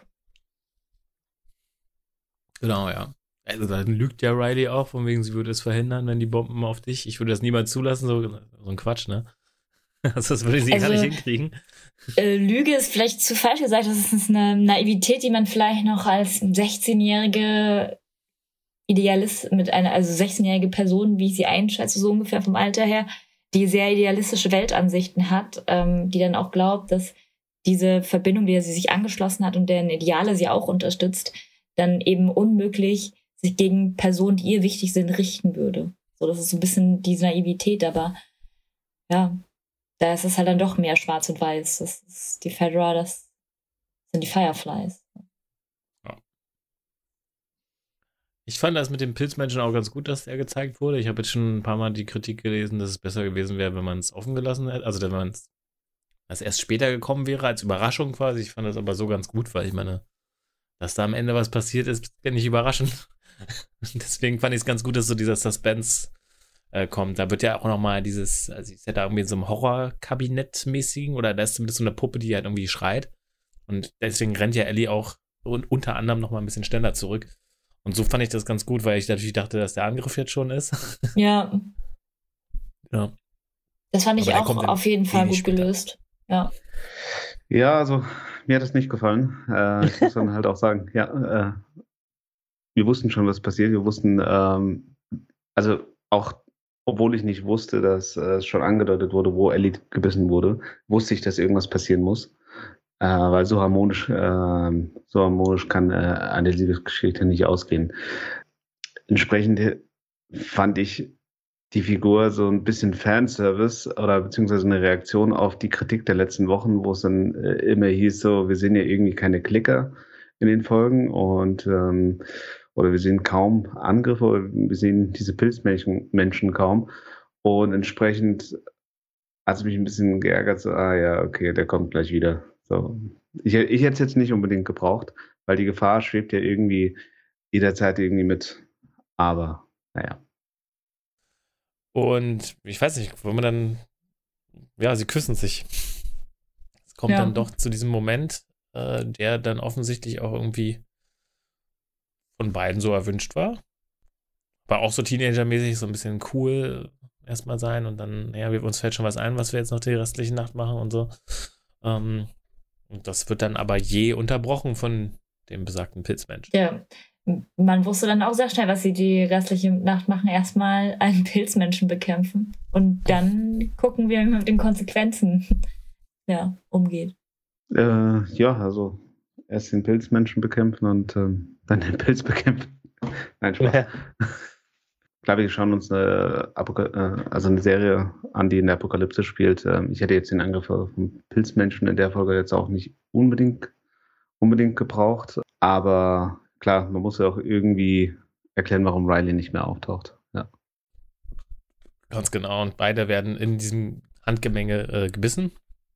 A: Genau, ja. Also dann lügt ja Riley auch, von wegen, sie würde es verhindern, wenn die Bomben auf dich. Ich würde das niemals zulassen, so, so ein Quatsch, ne? Also das würde sie
B: Also,
A: gar nicht hinkriegen.
B: Äh, Lüge ist vielleicht zu falsch gesagt, das ist eine Naivität, die man vielleicht noch als sechzehnjährige Idealist mit einer, also sechzehnjährige Person, wie ich sie einschätze, so ungefähr vom Alter her, die sehr idealistische Weltansichten hat, ähm, die dann auch glaubt, dass diese Verbindung, der sie sich angeschlossen hat und deren Ideale sie auch unterstützt, dann eben unmöglich sich gegen Personen, die ihr wichtig sind, richten würde. So, das ist so ein bisschen diese Naivität, aber ja, da ist es halt dann doch mehr schwarz und weiß. Das ist die Fedra, das sind die Fireflies.
A: Ja. Ich fand das mit dem Pilzmenschen auch ganz gut, dass der gezeigt wurde. Ich habe jetzt schon ein paar Mal die Kritik gelesen, dass es besser gewesen wäre, wenn man es offen gelassen hätte. Also, wenn man es erst später gekommen wäre, als Überraschung quasi. Ich fand das aber so ganz gut, weil ich meine, dass da am Ende was passiert ist, ist ja nicht überraschend. Deswegen fand ich es ganz gut, dass so dieser Suspense äh, kommt. Da wird ja auch nochmal dieses, also ist ja da irgendwie in so einem Horrorkabinett-mäßigen, oder da ist zumindest so eine Puppe, die halt irgendwie schreit. Und deswegen rennt ja Ellie auch und unter anderem nochmal ein bisschen schneller zurück. Und so fand ich das ganz gut, weil ich natürlich dachte, dass der Angriff jetzt schon ist.
B: Ja.
A: Ja.
B: Das fand ich
A: Aber der
B: auch
A: kommt dann
B: auf jeden Fall
A: wenig
B: gut
A: später.
B: gelöst. Ja.
C: Ja, also mir hat das nicht gefallen. Äh, ich muss dann halt auch sagen, ja, äh, wir wussten schon, was passiert. Wir wussten, ähm, also auch, obwohl ich nicht wusste, dass äh, es schon angedeutet wurde, wo Ellie gebissen wurde, wusste ich, dass irgendwas passieren muss. Äh, weil so harmonisch, äh, so harmonisch kann äh, eine Liebesgeschichte nicht ausgehen. Entsprechend fand ich die Figur so ein bisschen Fanservice oder beziehungsweise eine Reaktion auf die Kritik der letzten Wochen, wo es dann äh, immer hieß, so, wir sehen ja irgendwie keine Klicker in den Folgen und ähm, oder wir sehen kaum Angriffe oder wir sehen diese Pilzmenschen Menschen kaum. Und entsprechend hat es mich ein bisschen geärgert, so, ah ja, okay, der kommt gleich wieder. So. Ich, ich hätte es jetzt nicht unbedingt gebraucht, weil die Gefahr schwebt ja irgendwie jederzeit irgendwie mit. Aber, naja.
A: Und ich weiß nicht, wollen wir dann, ja, sie küssen sich. Es kommt
B: Ja.
A: dann doch zu diesem Moment, äh, der dann offensichtlich auch irgendwie von beiden so erwünscht war. War auch so Teenager-mäßig, so ein bisschen cool erstmal sein und dann, ja, wir, uns fällt schon was ein, was wir jetzt noch die restliche Nacht machen und so. Ähm, und das wird dann aber je unterbrochen von dem besagten Pilzmensch.
B: Ja. Man wusste dann auch sehr schnell, was sie die restliche Nacht machen. Erstmal einen Pilzmenschen bekämpfen und dann gucken, wie man mit den Konsequenzen ja, umgeht.
C: Äh, ja, also erst den Pilzmenschen bekämpfen und ähm, dann den Pilz bekämpfen. Nein, Spaß.
A: Ja.
C: Ich glaube, wir schauen uns eine, Apoka- äh, also eine Serie an, die in der Apokalypse spielt. Ähm, ich hätte jetzt den Angriff vom Pilzmenschen in der Folge jetzt auch nicht unbedingt, unbedingt gebraucht. Aber klar, man muss ja auch irgendwie erklären, warum Riley nicht mehr auftaucht. Ja.
A: Ganz genau. Und beide werden in diesem Handgemenge äh, gebissen.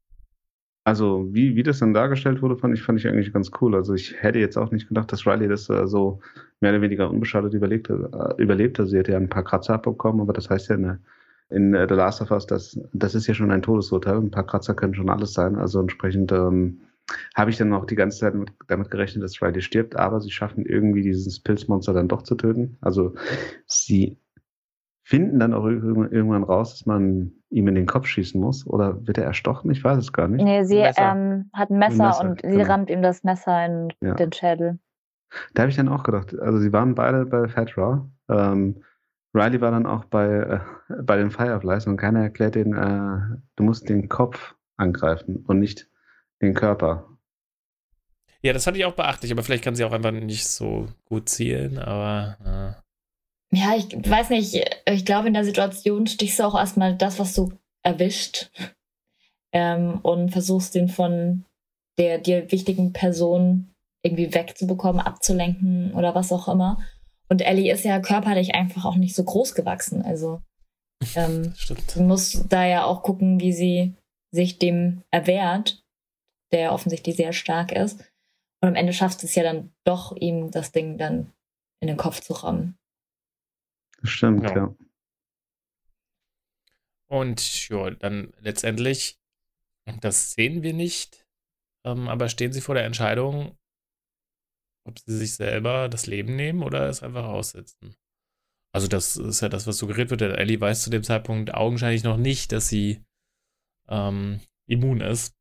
C: Also wie, wie das dann dargestellt wurde, fand ich, fand ich eigentlich ganz cool. Also ich hätte jetzt auch nicht gedacht, dass Riley das äh, so mehr oder weniger unbeschadet überlebt, äh, überlebt. Also sie hätte ja ein paar Kratzer abbekommen, aber das heißt ja in, in äh, The Last of Us, das, das ist ja schon ein Todesurteil. Ein paar Kratzer können schon alles sein. Also entsprechend ähm, habe ich dann auch die ganze Zeit mit, damit gerechnet, dass Riley stirbt, aber sie schaffen irgendwie dieses Pilzmonster dann doch zu töten. Also sie finden dann auch irgendwann raus, dass man ihm in den Kopf schießen muss. Oder wird er erstochen? Ich weiß es gar nicht.
D: Nee, sie
A: Messer.
D: ähm, hat ein Messer,
C: Ein Messer,
D: und sie
C: genau.
D: rammt ihm das Messer in
C: Ja.
D: den Schädel.
C: Da habe ich dann auch gedacht, also sie waren beide bei Fedra. Ähm, Riley war dann auch bei, äh, bei den Fireflies und keiner erklärt den, äh, du musst den Kopf angreifen und nicht den Körper.
A: Ja, das fand ich auch beachtlich, aber vielleicht kann sie auch einfach nicht so gut zielen, aber äh.
B: Ja, ich weiß nicht, ich glaube, in der Situation stichst du auch erstmal das, was du erwischt ähm, und versuchst, den von der dir wichtigen Person irgendwie wegzubekommen, abzulenken oder was auch immer. Und Ellie ist ja körperlich einfach auch nicht so groß gewachsen. Also ähm,
A: Stimmt.
B: sie muss da ja auch gucken, wie sie sich dem erwehrt, der offensichtlich sehr stark ist. Und am Ende schafft es ja dann doch, ihm das Ding dann in den Kopf zu rammen.
C: Das stimmt,
A: Ja.
C: ja.
A: Und ja, dann letztendlich Das sehen wir nicht, ähm, aber stehen sie vor der Entscheidung, ob sie sich selber das Leben nehmen oder es einfach aussetzen. Also das ist ja das, was suggeriert wird. Der Ellie weiß zu dem Zeitpunkt augenscheinlich noch nicht, dass sie ähm, immun ist.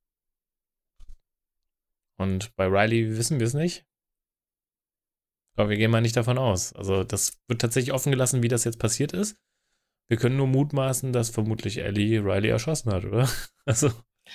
A: Und bei Riley wissen wir es nicht. Aber wir gehen mal nicht davon aus. Also das wird tatsächlich offen gelassen, wie das jetzt passiert ist. Wir können nur mutmaßen, dass vermutlich Ellie Riley erschossen hat, oder? Also.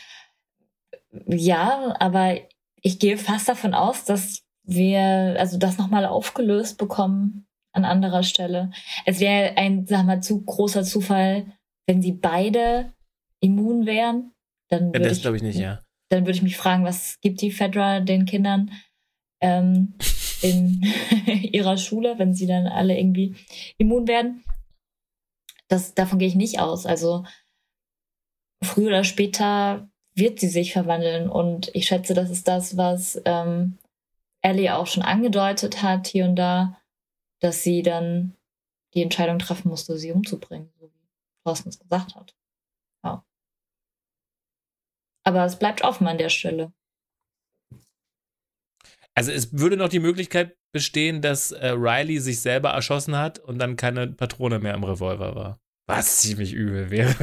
B: Ja, aber ich gehe fast davon aus, dass wir also das nochmal aufgelöst bekommen an anderer Stelle. Es wäre ein, sag mal, zu großer Zufall, wenn sie beide immun wären. Dann
A: Ja,
B: würde
A: das
B: ich,
A: glaube ich nicht, ja.
B: dann würde ich mich fragen, was gibt die Fedra den Kindern ähm, in ihrer Schule, wenn sie dann alle irgendwie immun werden? Das, davon gehe ich nicht aus. Also früher oder später wird sie sich verwandeln. Und ich schätze, das ist das, was ähm, Ellie auch schon angedeutet hat hier und da, dass sie dann die Entscheidung treffen musste, sie umzubringen, so wie Thorsten es gesagt hat. Ja. Aber es bleibt offen an der Stelle.
A: Also es würde noch die Möglichkeit bestehen, dass äh, Riley sich selber erschossen hat und dann keine Patrone mehr im Revolver war. Was ziemlich übel wäre.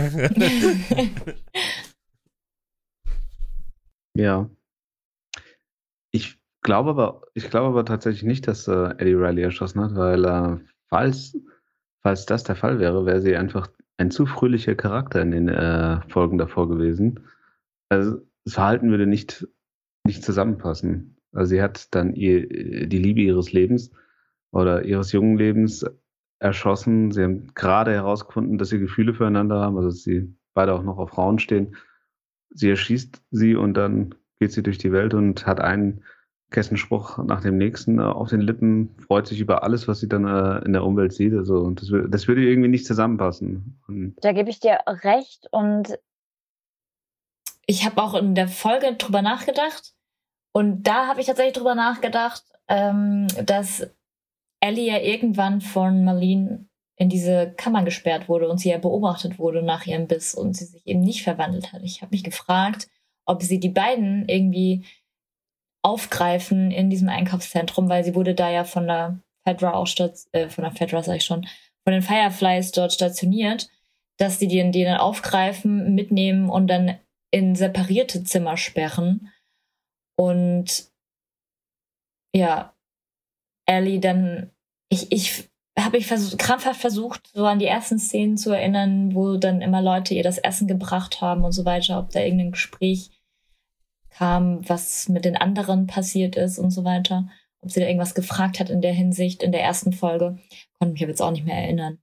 C: Ja. Ich glaube aber, ich glaube aber tatsächlich nicht, dass äh, Ellie Riley erschossen hat, weil äh, falls, falls das der Fall wäre, wäre sie einfach ein zu fröhlicher Charakter in den äh, Folgen davor gewesen. Also das Verhalten würde nicht, nicht zusammenpassen. Also sie hat dann ihr, die Liebe ihres Lebens oder ihres jungen Lebens erschossen. Sie haben gerade herausgefunden, dass sie Gefühle füreinander haben, also dass sie beide auch noch auf Frauen stehen. Sie erschießt sie und dann geht sie durch die Welt und hat einen Kessenspruch nach dem nächsten äh, auf den Lippen, freut sich über alles, was sie dann äh, in der Umwelt sieht. Also und das, wür- das würde irgendwie nicht zusammenpassen. Und
D: Da gebe ich dir recht und
B: Ich habe auch in der Folge drüber nachgedacht. Und da habe ich tatsächlich drüber nachgedacht, ähm, dass Ellie ja irgendwann von Marlene in diese Kammer gesperrt wurde und sie ja beobachtet wurde nach ihrem Biss und sie sich eben nicht verwandelt hat. Ich habe mich gefragt, ob sie die beiden irgendwie aufgreifen in diesem Einkaufszentrum, weil sie wurde da ja von der Fedra auch stat- äh, von der Fedra sag ich schon, von den Fireflies dort stationiert, dass sie die, die dann aufgreifen, mitnehmen und dann in separierte Zimmer sperren. Und ja, Ellie dann, ich, ich habe ich vers- krampfhaft versucht, so an die ersten Szenen zu erinnern, wo dann immer Leute ihr das Essen gebracht haben und so weiter, ob da irgendein Gespräch kam, was mit den anderen passiert ist und so weiter. Ob sie da irgendwas gefragt hat in der Hinsicht, in der ersten Folge. Konnte mich aber jetzt auch nicht mehr erinnern.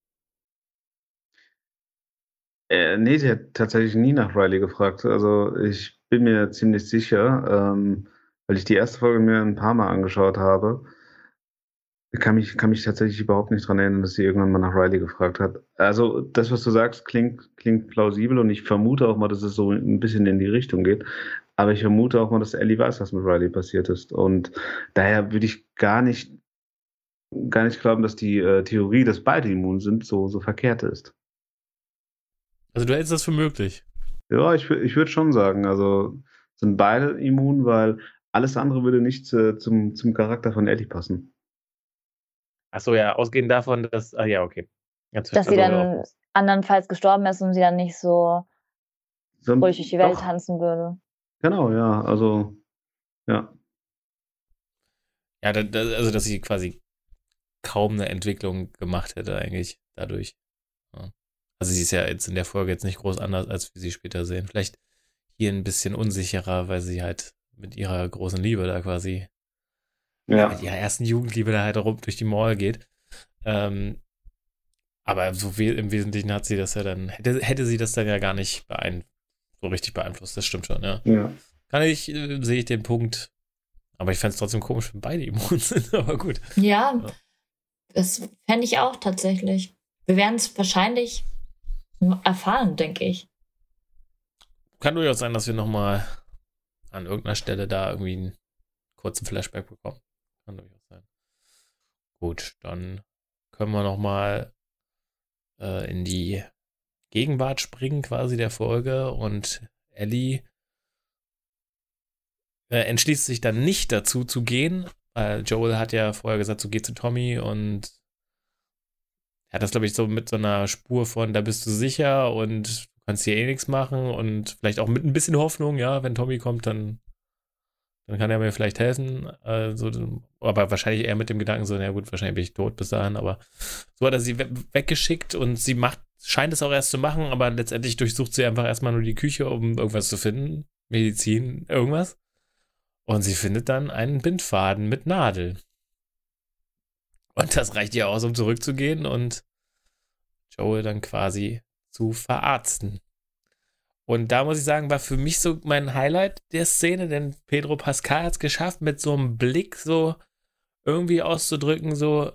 C: Äh, nee, sie hat tatsächlich nie nach Riley gefragt. Also ich bin mir ziemlich sicher, ähm, weil ich die erste Folge mir ein paar Mal angeschaut habe, kann mich, kann mich tatsächlich überhaupt nicht dran erinnern, dass sie irgendwann mal nach Riley gefragt hat. Also das, was du sagst, klingt, klingt plausibel und ich vermute auch mal, dass es so ein bisschen in die Richtung geht. Aber ich vermute auch mal, dass Ellie weiß, was mit Riley passiert ist. Und daher würde ich gar nicht, gar nicht glauben, dass die äh, Theorie, dass beide immun sind, so, so verkehrt ist.
A: Also du hältst das für möglich.
C: Ja, ich, wür- ich würde schon sagen, also sind beide immun, weil alles andere würde nicht äh, zum, zum Charakter von Ellie passen.
A: Achso, ja, ausgehend davon, dass. Ah ja, okay. Jetzt
D: dass sie
A: verstehe ich
D: dann
A: auch.
D: andernfalls gestorben ist und sie dann nicht so
C: So,
D: ruhig durch die Welt
C: doch,
D: tanzen würde.
C: genau, ja, also, ja.
A: Ja, da, da, also dass sie quasi kaum eine Entwicklung gemacht hätte eigentlich dadurch. Ja. Also sie ist ja jetzt in der Folge jetzt nicht groß anders, als wir sie später sehen. Vielleicht hier ein bisschen unsicherer, weil sie halt mit ihrer großen Liebe da quasi,
C: Ja.
A: mit ihrer ersten Jugendliebe da halt rum durch die Mall geht. Ähm, aber so we- im Wesentlichen hat sie das ja dann, hätte, hätte sie das dann ja gar nicht beein so richtig beeinflusst. Das stimmt schon, ja.
C: Ja.
A: Kann ich, äh, sehe ich den Punkt. Aber ich fände es trotzdem komisch, wenn beide immun sind, aber gut.
B: Ja,
A: Ja.
B: das fände ich auch tatsächlich. Wir werden es wahrscheinlich erfahren, denke ich.
A: Kann durchaus sein, dass wir nochmal an irgendeiner Stelle da irgendwie einen kurzen Flashback bekommen. Kann durchaus sein. Gut, dann können wir nochmal äh, in die Gegenwart springen, quasi der Folge. Und Ellie äh, entschließt sich dann nicht dazu zu gehen. Weil Joel hat ja vorher gesagt, so geh zu Tommy und er hat das, glaube ich, so mit so einer Spur von, da bist du sicher und du kannst hier eh nichts machen und vielleicht auch mit ein bisschen Hoffnung, ja, wenn Tommy kommt, dann, dann kann er mir vielleicht helfen. Also, aber wahrscheinlich eher mit dem Gedanken so, na gut, wahrscheinlich bin ich tot bis dahin, aber so hat er sie we- weggeschickt und sie macht, scheint es auch erst zu machen, aber letztendlich durchsucht sie einfach erstmal nur die Küche, um irgendwas zu finden, Medizin, irgendwas. Und sie findet dann einen Bindfaden mit Nadel. Und das reicht ihr aus, um zurückzugehen und Joel dann quasi zu verarzten. Und da muss ich sagen, war für mich so mein Highlight der Szene, denn Pedro Pascal hat es geschafft, mit so einem Blick so irgendwie auszudrücken, so,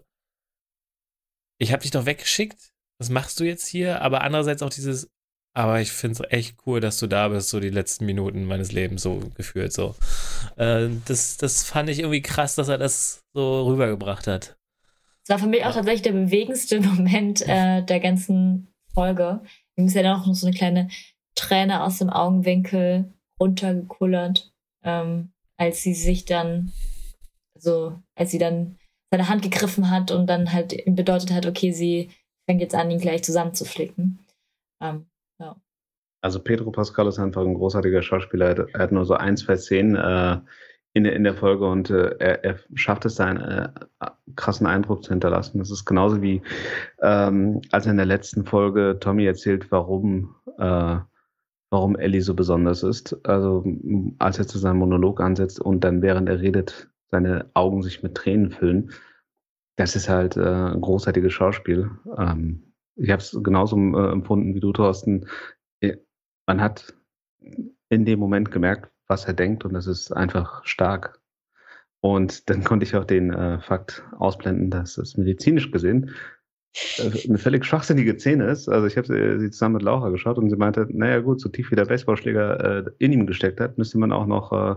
A: ich habe dich doch weggeschickt, was machst du jetzt hier? Aber andererseits auch dieses, aber ich finde es echt cool, dass du da bist, so die letzten Minuten meines Lebens so gefühlt, so. Äh, das, das fand ich irgendwie krass, dass er das so rübergebracht hat.
B: Das war für mich auch
A: Ja.
B: tatsächlich der bewegendste Moment äh, der ganzen Folge. Ihm ist ja dann auch noch so eine kleine Träne aus dem Augenwinkel runtergekullert, ähm, als sie sich dann, so, als sie dann seine Hand gegriffen hat und dann halt ihm bedeutet hat, okay, sie fängt jetzt an, ihn gleich zusammenzuflicken. Ähm, ja.
C: Also Pedro Pascal ist einfach ein großartiger Schauspieler. Er hat, er hat nur so ein, zwei Szenen äh, in, der, in der Folge und äh, er, er schafft es, einen äh, krassen Eindruck zu hinterlassen. Das ist genauso wie, ähm, als er in der letzten Folge Tommy erzählt, warum, äh, warum Ellie so besonders ist. Also m, als er zu seinem Monolog ansetzt und dann während er redet, seine Augen sich mit Tränen füllen. Das ist halt äh, ein großartiges Schauspiel. Ähm, ich habe es genauso äh, empfunden wie du, Thorsten. Man hat in dem Moment gemerkt, was er denkt und das ist einfach stark. Und dann konnte ich auch den äh, Fakt ausblenden, dass es medizinisch gesehen äh, eine völlig schwachsinnige Szene ist. Also ich habe sie, sie zusammen mit Laura geschaut und sie meinte, naja gut, so tief wie der Baseballschläger äh, in ihm gesteckt hat, müsste man auch noch äh,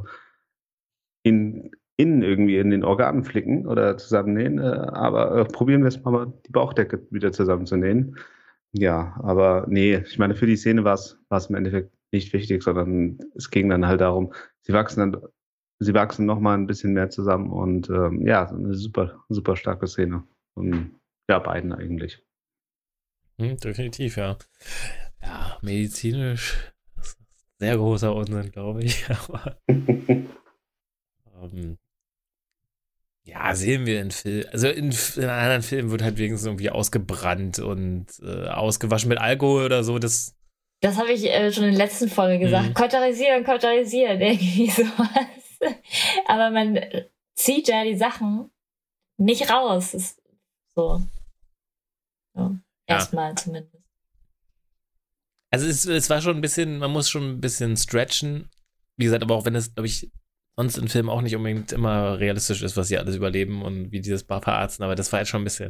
C: ihn innen irgendwie in den Organen flicken oder zusammennähen. Äh, aber äh, probieren wir es mal, die Bauchdecke wieder zusammenzunähen. Ja, aber nee, ich meine, für die Szene war es war es im Endeffekt nicht wichtig, sondern es ging dann halt darum, sie wachsen dann, sie wachsen noch mal ein bisschen mehr zusammen und ähm, ja, eine super, super starke Szene. Und ja, beiden eigentlich.
A: Hm, definitiv, ja. Ja, medizinisch das ist sehr großer Unsinn, glaube ich. Aber ähm, ja, sehen wir in Filmen. Also in, in anderen Filmen wird halt wenigstens irgendwie ausgebrannt und äh, ausgewaschen mit Alkohol oder so. Das,
B: Das habe ich äh, schon in der letzten Folge gesagt.
A: Mhm.
B: Kauterisieren, kauterisieren, irgendwie sowas. Aber man zieht ja die Sachen nicht raus. Ist so. Ja. Erstmal zumindest.
A: also es, es war schon ein bisschen, man muss schon ein bisschen stretchen. Wie gesagt, aber auch wenn es, glaube ich, sonst in Filmen auch nicht unbedingt immer realistisch ist, was sie alles überleben und wie dieses Paar verarzten, aber das war jetzt schon ein bisschen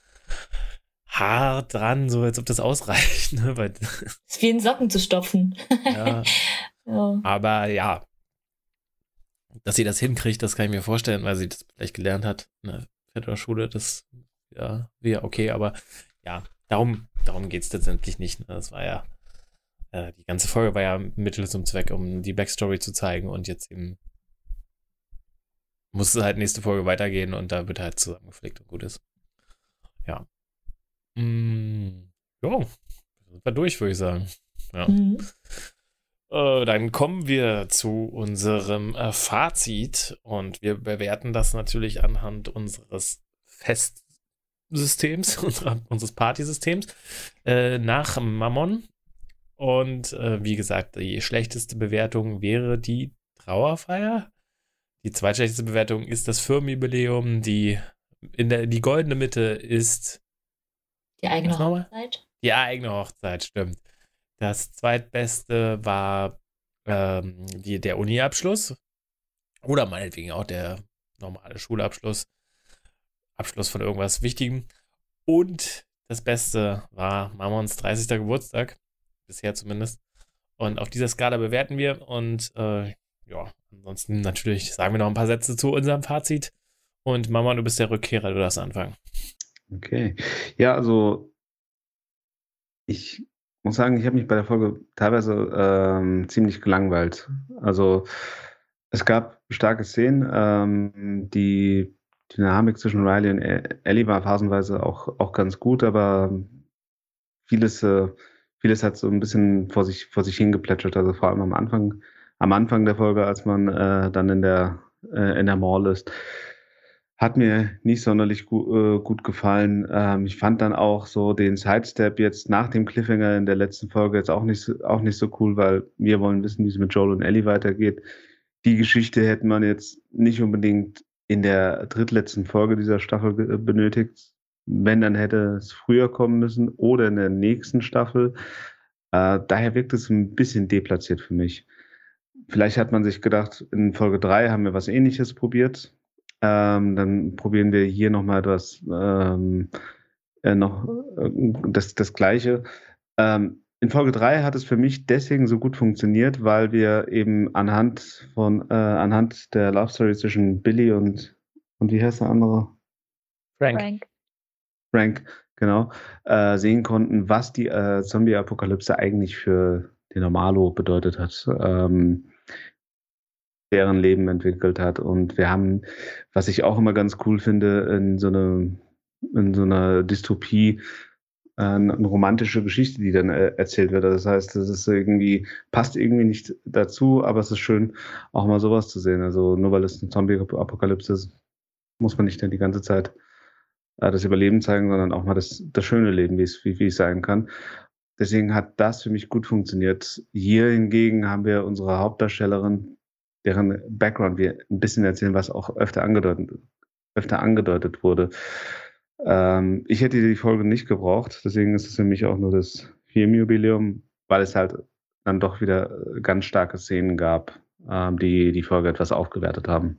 A: hart dran, so als ob das ausreicht. Ne? Weil,
B: Ist wie in Socken zu stopfen.
A: ja,
B: Ja.
A: aber ja, dass sie das hinkriegt, das kann ich mir vorstellen, weil sie das vielleicht gelernt hat in der Federschule, das ja, wäre okay, aber ja, darum, darum geht es letztendlich nicht. Ne? Das war ja, äh, die ganze Folge war ja Mittel zum Zweck, um die Backstory zu zeigen und jetzt eben muss es halt nächste Folge weitergehen und da wird halt zusammengeflickt und gut ist. Ja. Mm, jo, sind wir durch, würde ich sagen. Ja.
B: Mhm.
A: Äh, dann kommen wir zu unserem äh, Fazit und wir bewerten das natürlich anhand unseres Festsystems, unserer, unseres Partysystems äh, nach Mammon. Und äh, wie gesagt, die schlechteste Bewertung wäre die Trauerfeier. Die zweitschlechteste Bewertung ist das Firmenjubiläum. Die, in der, die goldene Mitte ist
B: Die eigene
A: Was nochmal?
B: Hochzeit.
A: die eigene Hochzeit, stimmt. Das zweitbeste war ähm, die, der Uni-Abschluss. Oder meinetwegen auch der normale Schulabschluss. Abschluss von irgendwas Wichtigem. Und das Beste war Mammons dreißigster Geburtstag. Bisher zumindest. Und auf dieser Skala bewerten wir. Und äh, ja, ansonsten natürlich sagen wir noch ein paar Sätze zu unserem Fazit. Und Mama, du bist der Rückkehrer, du darfst anfangen.
C: Okay. Ja, also ich muss sagen, ich habe mich bei der Folge teilweise ähm, ziemlich gelangweilt. Also es gab starke Szenen, ähm, die Dynamik zwischen Riley und Ellie war phasenweise auch, auch ganz gut, aber vieles, äh, vieles hat so ein bisschen vor sich, vor sich hingeplätschert. Also vor allem am Anfang, am Anfang der Folge, als man äh, dann in der, äh, in der Mall ist, hat mir nicht sonderlich gu äh, gut gefallen. Ähm, ich fand dann auch so den Sidestep jetzt nach dem Cliffhanger in der letzten Folge jetzt auch nicht, so- auch nicht so cool, weil wir wollen wissen, wie es mit Joel und Ellie weitergeht. Die Geschichte hätte man jetzt nicht unbedingt in der drittletzten Folge dieser Staffel ge- benötigt. Wenn, dann hätte es früher kommen müssen oder in der nächsten Staffel. Äh, daher wirkt es ein bisschen deplatziert für mich. Vielleicht hat man sich gedacht, in Folge drei haben wir was Ähnliches probiert. Ähm, dann probieren wir hier nochmal etwas, ähm, äh, noch äh, das, das Gleiche. Ähm, in Folge drei hat es für mich deswegen so gut funktioniert, weil wir eben anhand von, äh, anhand der Love Story zwischen Billy und, und wie heißt der andere?
A: Frank.
D: Frank.
C: Frank, genau, äh, sehen konnten, was die äh, Zombie-Apokalypse eigentlich für den Normalo bedeutet hat, ähm, deren Leben entwickelt hat. Und wir haben, was ich auch immer ganz cool finde, in so, eine, in so einer Dystopie, äh, eine romantische Geschichte, die dann äh, erzählt wird. Das heißt, das ist irgendwie, passt irgendwie nicht dazu, aber es ist schön, auch mal sowas zu sehen. Also nur weil es eine Zombie-Apokalypse ist, muss man nicht dann die ganze Zeit äh, das Überleben zeigen, sondern auch mal das, das schöne Leben, wie es, wie, wie es sein kann. Deswegen hat das für mich gut funktioniert. Hier hingegen haben wir unsere Hauptdarstellerin, deren Background wir ein bisschen erzählen, was auch öfter angedeutet, öfter angedeutet wurde. Ähm, ich hätte die Folge nicht gebraucht, deswegen ist es für mich auch nur das Filmjubiläum, weil es halt dann doch wieder ganz starke Szenen gab, ähm, die die Folge etwas aufgewertet haben.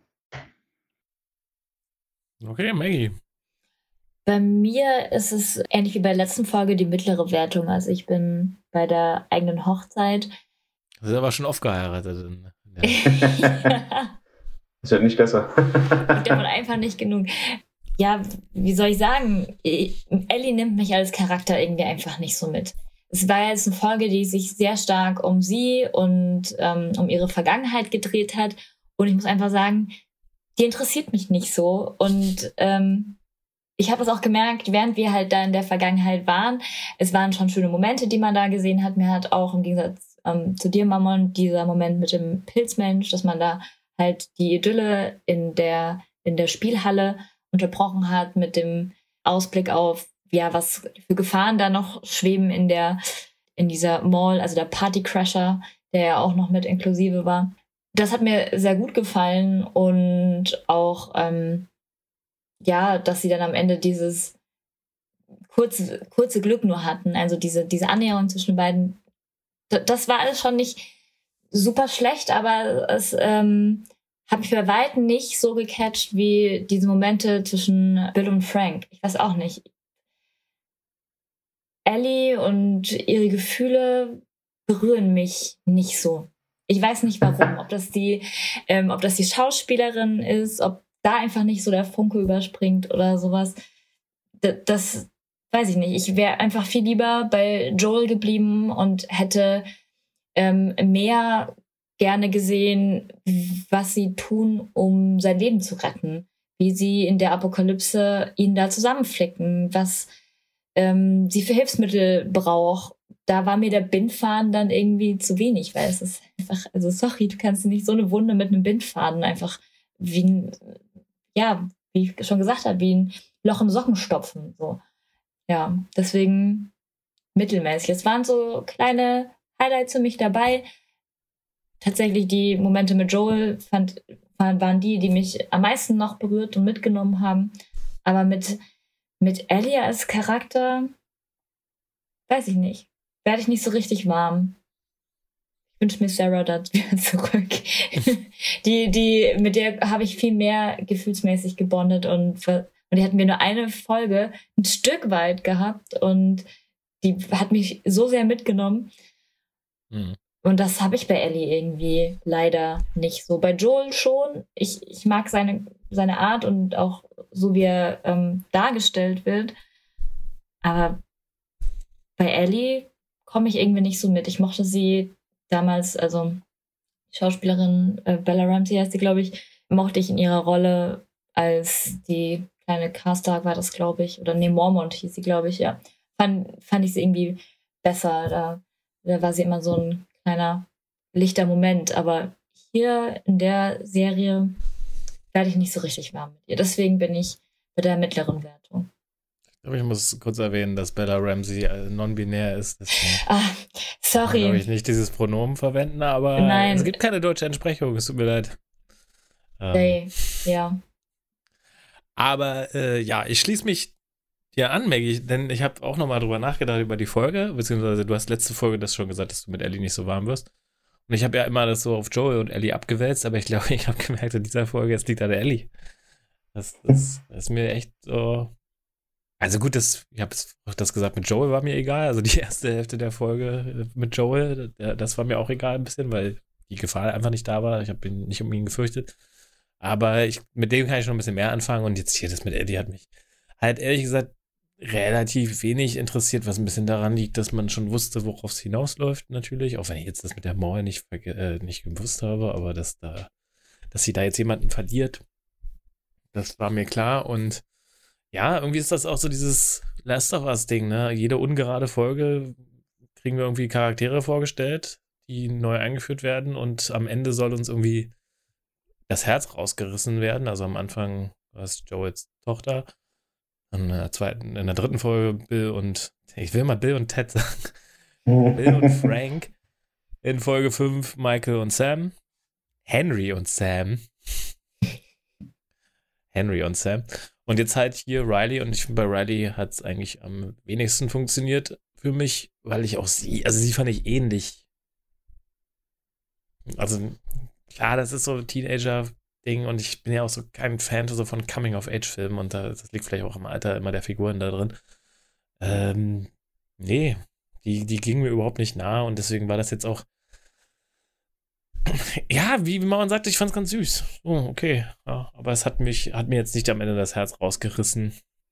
A: Okay, Maggie.
B: Bei mir ist es ähnlich wie bei der letzten Folge die mittlere Wertung. Also ich bin bei der eigenen Hochzeit.
A: Das ist aber schon oft geheiratet. In, in
B: Ja.
C: Ist ja nicht besser.
B: Ich davon einfach nicht genug. Ja, wie soll ich sagen? Ich, Ellie nimmt mich als Charakter irgendwie einfach nicht so mit. Es war jetzt eine Folge, die sich sehr stark um sie und ähm, um ihre Vergangenheit gedreht hat. Und ich muss einfach sagen, die interessiert mich nicht so. Und ähm, ich habe es auch gemerkt, während wir halt da in der Vergangenheit waren. Es waren schon schöne Momente, die man da gesehen hat. Mir hat auch im Gegensatz ähm, zu dir, Mammon, dieser Moment mit dem Pilzmensch, dass man da halt die Idylle in der, in der Spielhalle unterbrochen hat mit dem Ausblick auf, ja, was für Gefahren da noch schweben in der, in dieser Mall, also der Partycrasher, der ja auch noch mit inklusive war. Das hat mir sehr gut gefallen und auch, ähm, ja, dass sie dann am Ende dieses kurze, kurze Glück nur hatten, also diese, diese Annäherung zwischen den beiden. D- Das war alles schon nicht super schlecht, aber es ähm, hat mich bei Weitem nicht so gecatcht wie diese Momente zwischen Bill und Frank. Ich weiß auch nicht. Ellie und ihre Gefühle berühren mich nicht so. Ich weiß nicht warum. Ob das die, ähm, ob das die Schauspielerin ist, ob da einfach nicht so der Funke überspringt oder sowas. D- das weiß ich nicht. Ich wäre einfach viel lieber bei Joel geblieben und hätte ähm, mehr gerne gesehen, was sie tun, um sein Leben zu retten. Wie sie in der Apokalypse ihn da zusammenflicken, was ähm, sie für Hilfsmittel braucht. Da war mir der Bindfaden dann irgendwie zu wenig, weil es ist einfach, also sorry, du kannst nicht so eine Wunde mit einem Bindfaden einfach wie ein, ja, wie ich schon gesagt habe, wie ein Loch im Socken stopfen. So. Ja, deswegen mittelmäßig. Es waren so kleine Highlights für mich dabei. Tatsächlich die Momente mit Joel fand, waren die, die mich am meisten noch berührt und mitgenommen haben. Aber mit, mit Ellie als Charakter, weiß ich nicht, werde ich nicht so richtig warm. Ich wünsche mir Sarah da wieder zurück. die, die, mit der habe ich viel mehr gefühlsmäßig gebondet und, und die hatten wir nur eine Folge ein Stück weit gehabt und die hat mich so sehr mitgenommen.
A: Mhm.
B: Und das habe ich bei Ellie irgendwie leider nicht so. Bei Joel schon. Ich, ich mag seine, seine Art und auch so, wie er ähm, dargestellt wird. Aber bei Ellie komme ich irgendwie nicht so mit. Ich mochte sie damals, also Schauspielerin äh, Bella Ramsey heißt sie, glaube ich, mochte ich in ihrer Rolle als die kleine Karstark war das, glaube ich, oder nee, Mormont hieß sie, glaube ich, ja. Fand, fand ich sie irgendwie besser. Da, da war sie immer so ein kleiner lichter Moment, aber hier in der Serie werde ich nicht so richtig warm mit ihr. Deswegen bin ich bei der mittleren Wertung.
A: Aber ich muss kurz erwähnen, dass Bella Ramsey non-binär ist.
B: Ah, sorry.
A: Kann ich nicht dieses Pronomen verwenden, aber
B: Nein.
A: Es gibt keine deutsche Entsprechung, es tut mir leid. Ähm,
B: hey, ja.
A: Aber äh, ja, ich schließe mich dir an, Maggie, denn ich habe auch nochmal drüber nachgedacht über die Folge, beziehungsweise du hast letzte Folge das schon gesagt, dass du mit Ellie nicht so warm wirst. Und ich habe ja immer das so auf Joel und Ellie abgewälzt, aber ich glaube, ich habe gemerkt in dieser Folge, es liegt an der Ellie. Das, das, das ist mir echt so... Also gut, das, ich habe das gesagt, mit Joel war mir egal. Also die erste Hälfte der Folge mit Joel, das war mir auch egal ein bisschen, weil die Gefahr einfach nicht da war. Ich habe ihn nicht um ihn gefürchtet. Aber ich, mit dem kann ich schon ein bisschen mehr anfangen. Und jetzt hier, das mit Eddie hat mich halt ehrlich gesagt relativ wenig interessiert, was ein bisschen daran liegt, dass man schon wusste, worauf es hinausläuft natürlich. Auch wenn ich jetzt das mit der Mauer nicht, äh, nicht gewusst habe, aber dass, da, dass sie da jetzt jemanden verliert, das war mir klar. Und ja, irgendwie ist das auch so dieses Last of Us-Ding, ne? Jede ungerade Folge kriegen wir irgendwie Charaktere vorgestellt, die neu eingeführt werden und am Ende soll uns irgendwie das Herz rausgerissen werden. Also am Anfang war es Joels Tochter, in der zweiten, in der dritten Folge Bill und, ich will mal Bill und Ted sagen, Bill und Frank. In Folge fünf Michael und Sam. Henry und Sam. Henry und Sam. Und jetzt halt hier Riley, und ich finde, bei Riley hat es eigentlich am wenigsten funktioniert für mich, weil ich auch sie, also sie fand ich ähnlich. Also klar, das ist so ein Teenager-Ding und ich bin ja auch so kein Fan so von Coming-of-Age-Filmen und da, das liegt vielleicht auch im Alter immer der Figuren da drin. Ähm, nee, die, die ging mir überhaupt nicht nahe und deswegen war das jetzt auch ja, wie man sagt, ich fand es ganz süß. Oh, okay. Ja, aber es hat mich, hat mir jetzt nicht am Ende das Herz rausgerissen.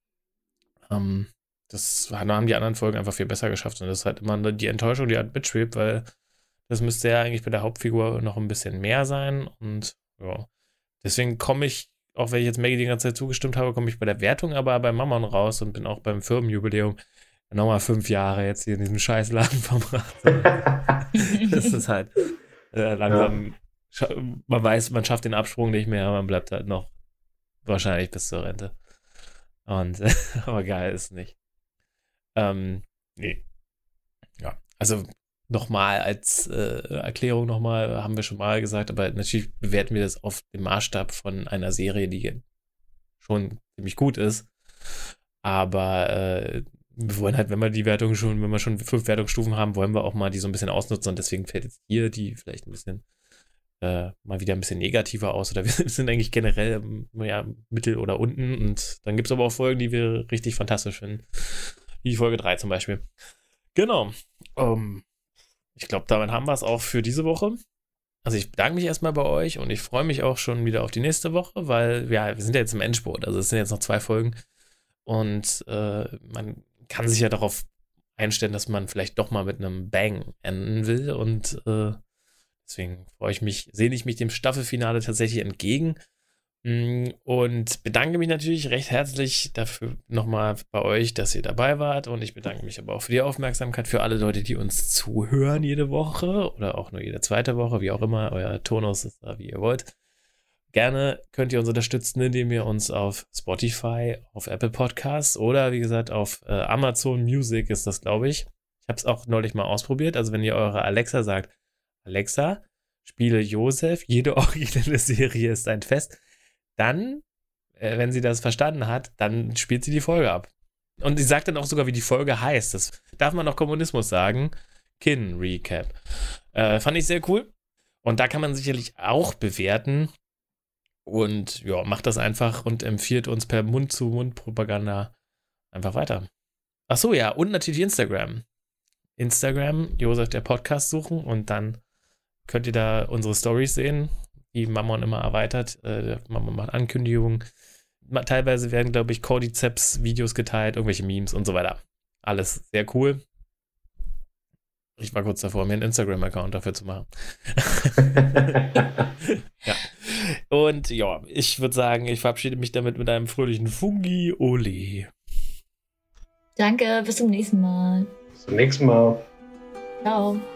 A: Ähm, das haben die anderen Folgen einfach viel besser geschafft. Und das ist halt immer die Enttäuschung, die halt mitschwebt, weil das müsste ja eigentlich bei der Hauptfigur noch ein bisschen mehr sein. Und ja, deswegen komme ich, auch wenn ich jetzt Maggie die ganze Zeit zugestimmt habe, komme ich bei der Wertung aber bei Mammon raus und bin auch beim Firmenjubiläum nochmal fünf Jahre jetzt hier in diesem Scheißladen verbracht. Das ist halt Äh, langsam, ja. Man weiß, man schafft den Absprung nicht mehr, man bleibt halt noch wahrscheinlich bis zur Rente. Und, aber geil ist nicht. Ähm, nee. Ja, also nochmal als äh, Erklärung nochmal, haben wir schon mal gesagt, aber natürlich bewerten wir das auf dem Maßstab von einer Serie, die schon ziemlich gut ist. Aber äh, wir wollen halt, wenn wir die Wertung schon, wenn wir schon fünf Wertungsstufen haben, wollen wir auch mal die so ein bisschen ausnutzen und deswegen fällt jetzt hier die vielleicht ein bisschen äh, mal wieder ein bisschen negativer aus oder wir sind eigentlich generell ja, mittel oder unten und dann gibt es aber auch Folgen, die wir richtig fantastisch finden. Wie Folge drei zum Beispiel. Genau. Um, ich glaube, damit haben wir es auch für diese Woche. Also ich bedanke mich erstmal bei euch und ich freue mich auch schon wieder auf die nächste Woche, weil ja, wir sind ja jetzt im Endspurt, also es sind jetzt noch zwei Folgen und äh, man kann sich ja darauf einstellen, dass man vielleicht doch mal mit einem Bang enden will und äh, deswegen freue ich mich, sehne ich mich dem Staffelfinale tatsächlich entgegen und bedanke mich natürlich recht herzlich dafür nochmal bei euch, dass ihr dabei wart und ich bedanke mich aber auch für die Aufmerksamkeit für alle Leute, die uns zuhören jede Woche oder auch nur jede zweite Woche, wie auch immer, euer Tonus ist da, wie ihr wollt. Gerne könnt ihr uns unterstützen, indem ihr uns auf Spotify, auf Apple Podcasts oder wie gesagt auf äh, Amazon Music ist das, glaube ich. Ich habe es auch neulich mal ausprobiert. Also wenn ihr eure Alexa sagt, Alexa, spiele Josef, jede originelle Serie ist ein Fest, dann, äh, wenn sie das verstanden hat, dann spielt sie die Folge ab. Und sie sagt dann auch sogar, wie die Folge heißt. Das darf man noch Kommunismus sagen. Kin Recap. Äh, fand ich sehr cool. Und da kann man sicherlich auch bewerten. Und ja, macht das einfach und empfiehlt uns per Mund-zu-Mund-Propaganda einfach weiter. Ach so, ja, und natürlich Instagram. Instagram, Josef der Podcast suchen und dann könnt ihr da unsere Storys sehen, die Mammon immer erweitert. Äh, Mammon macht Ankündigungen. Teilweise werden, glaube ich, Cordyceps-Videos geteilt, irgendwelche Memes und so weiter. Alles sehr cool. Ich war kurz davor, mir einen Instagram-Account dafür zu machen. Ja. Und ja, ich würde sagen, ich verabschiede mich damit mit einem fröhlichen Fungi Ole.
B: Danke, bis zum nächsten Mal.
C: Bis zum nächsten Mal.
B: Ciao.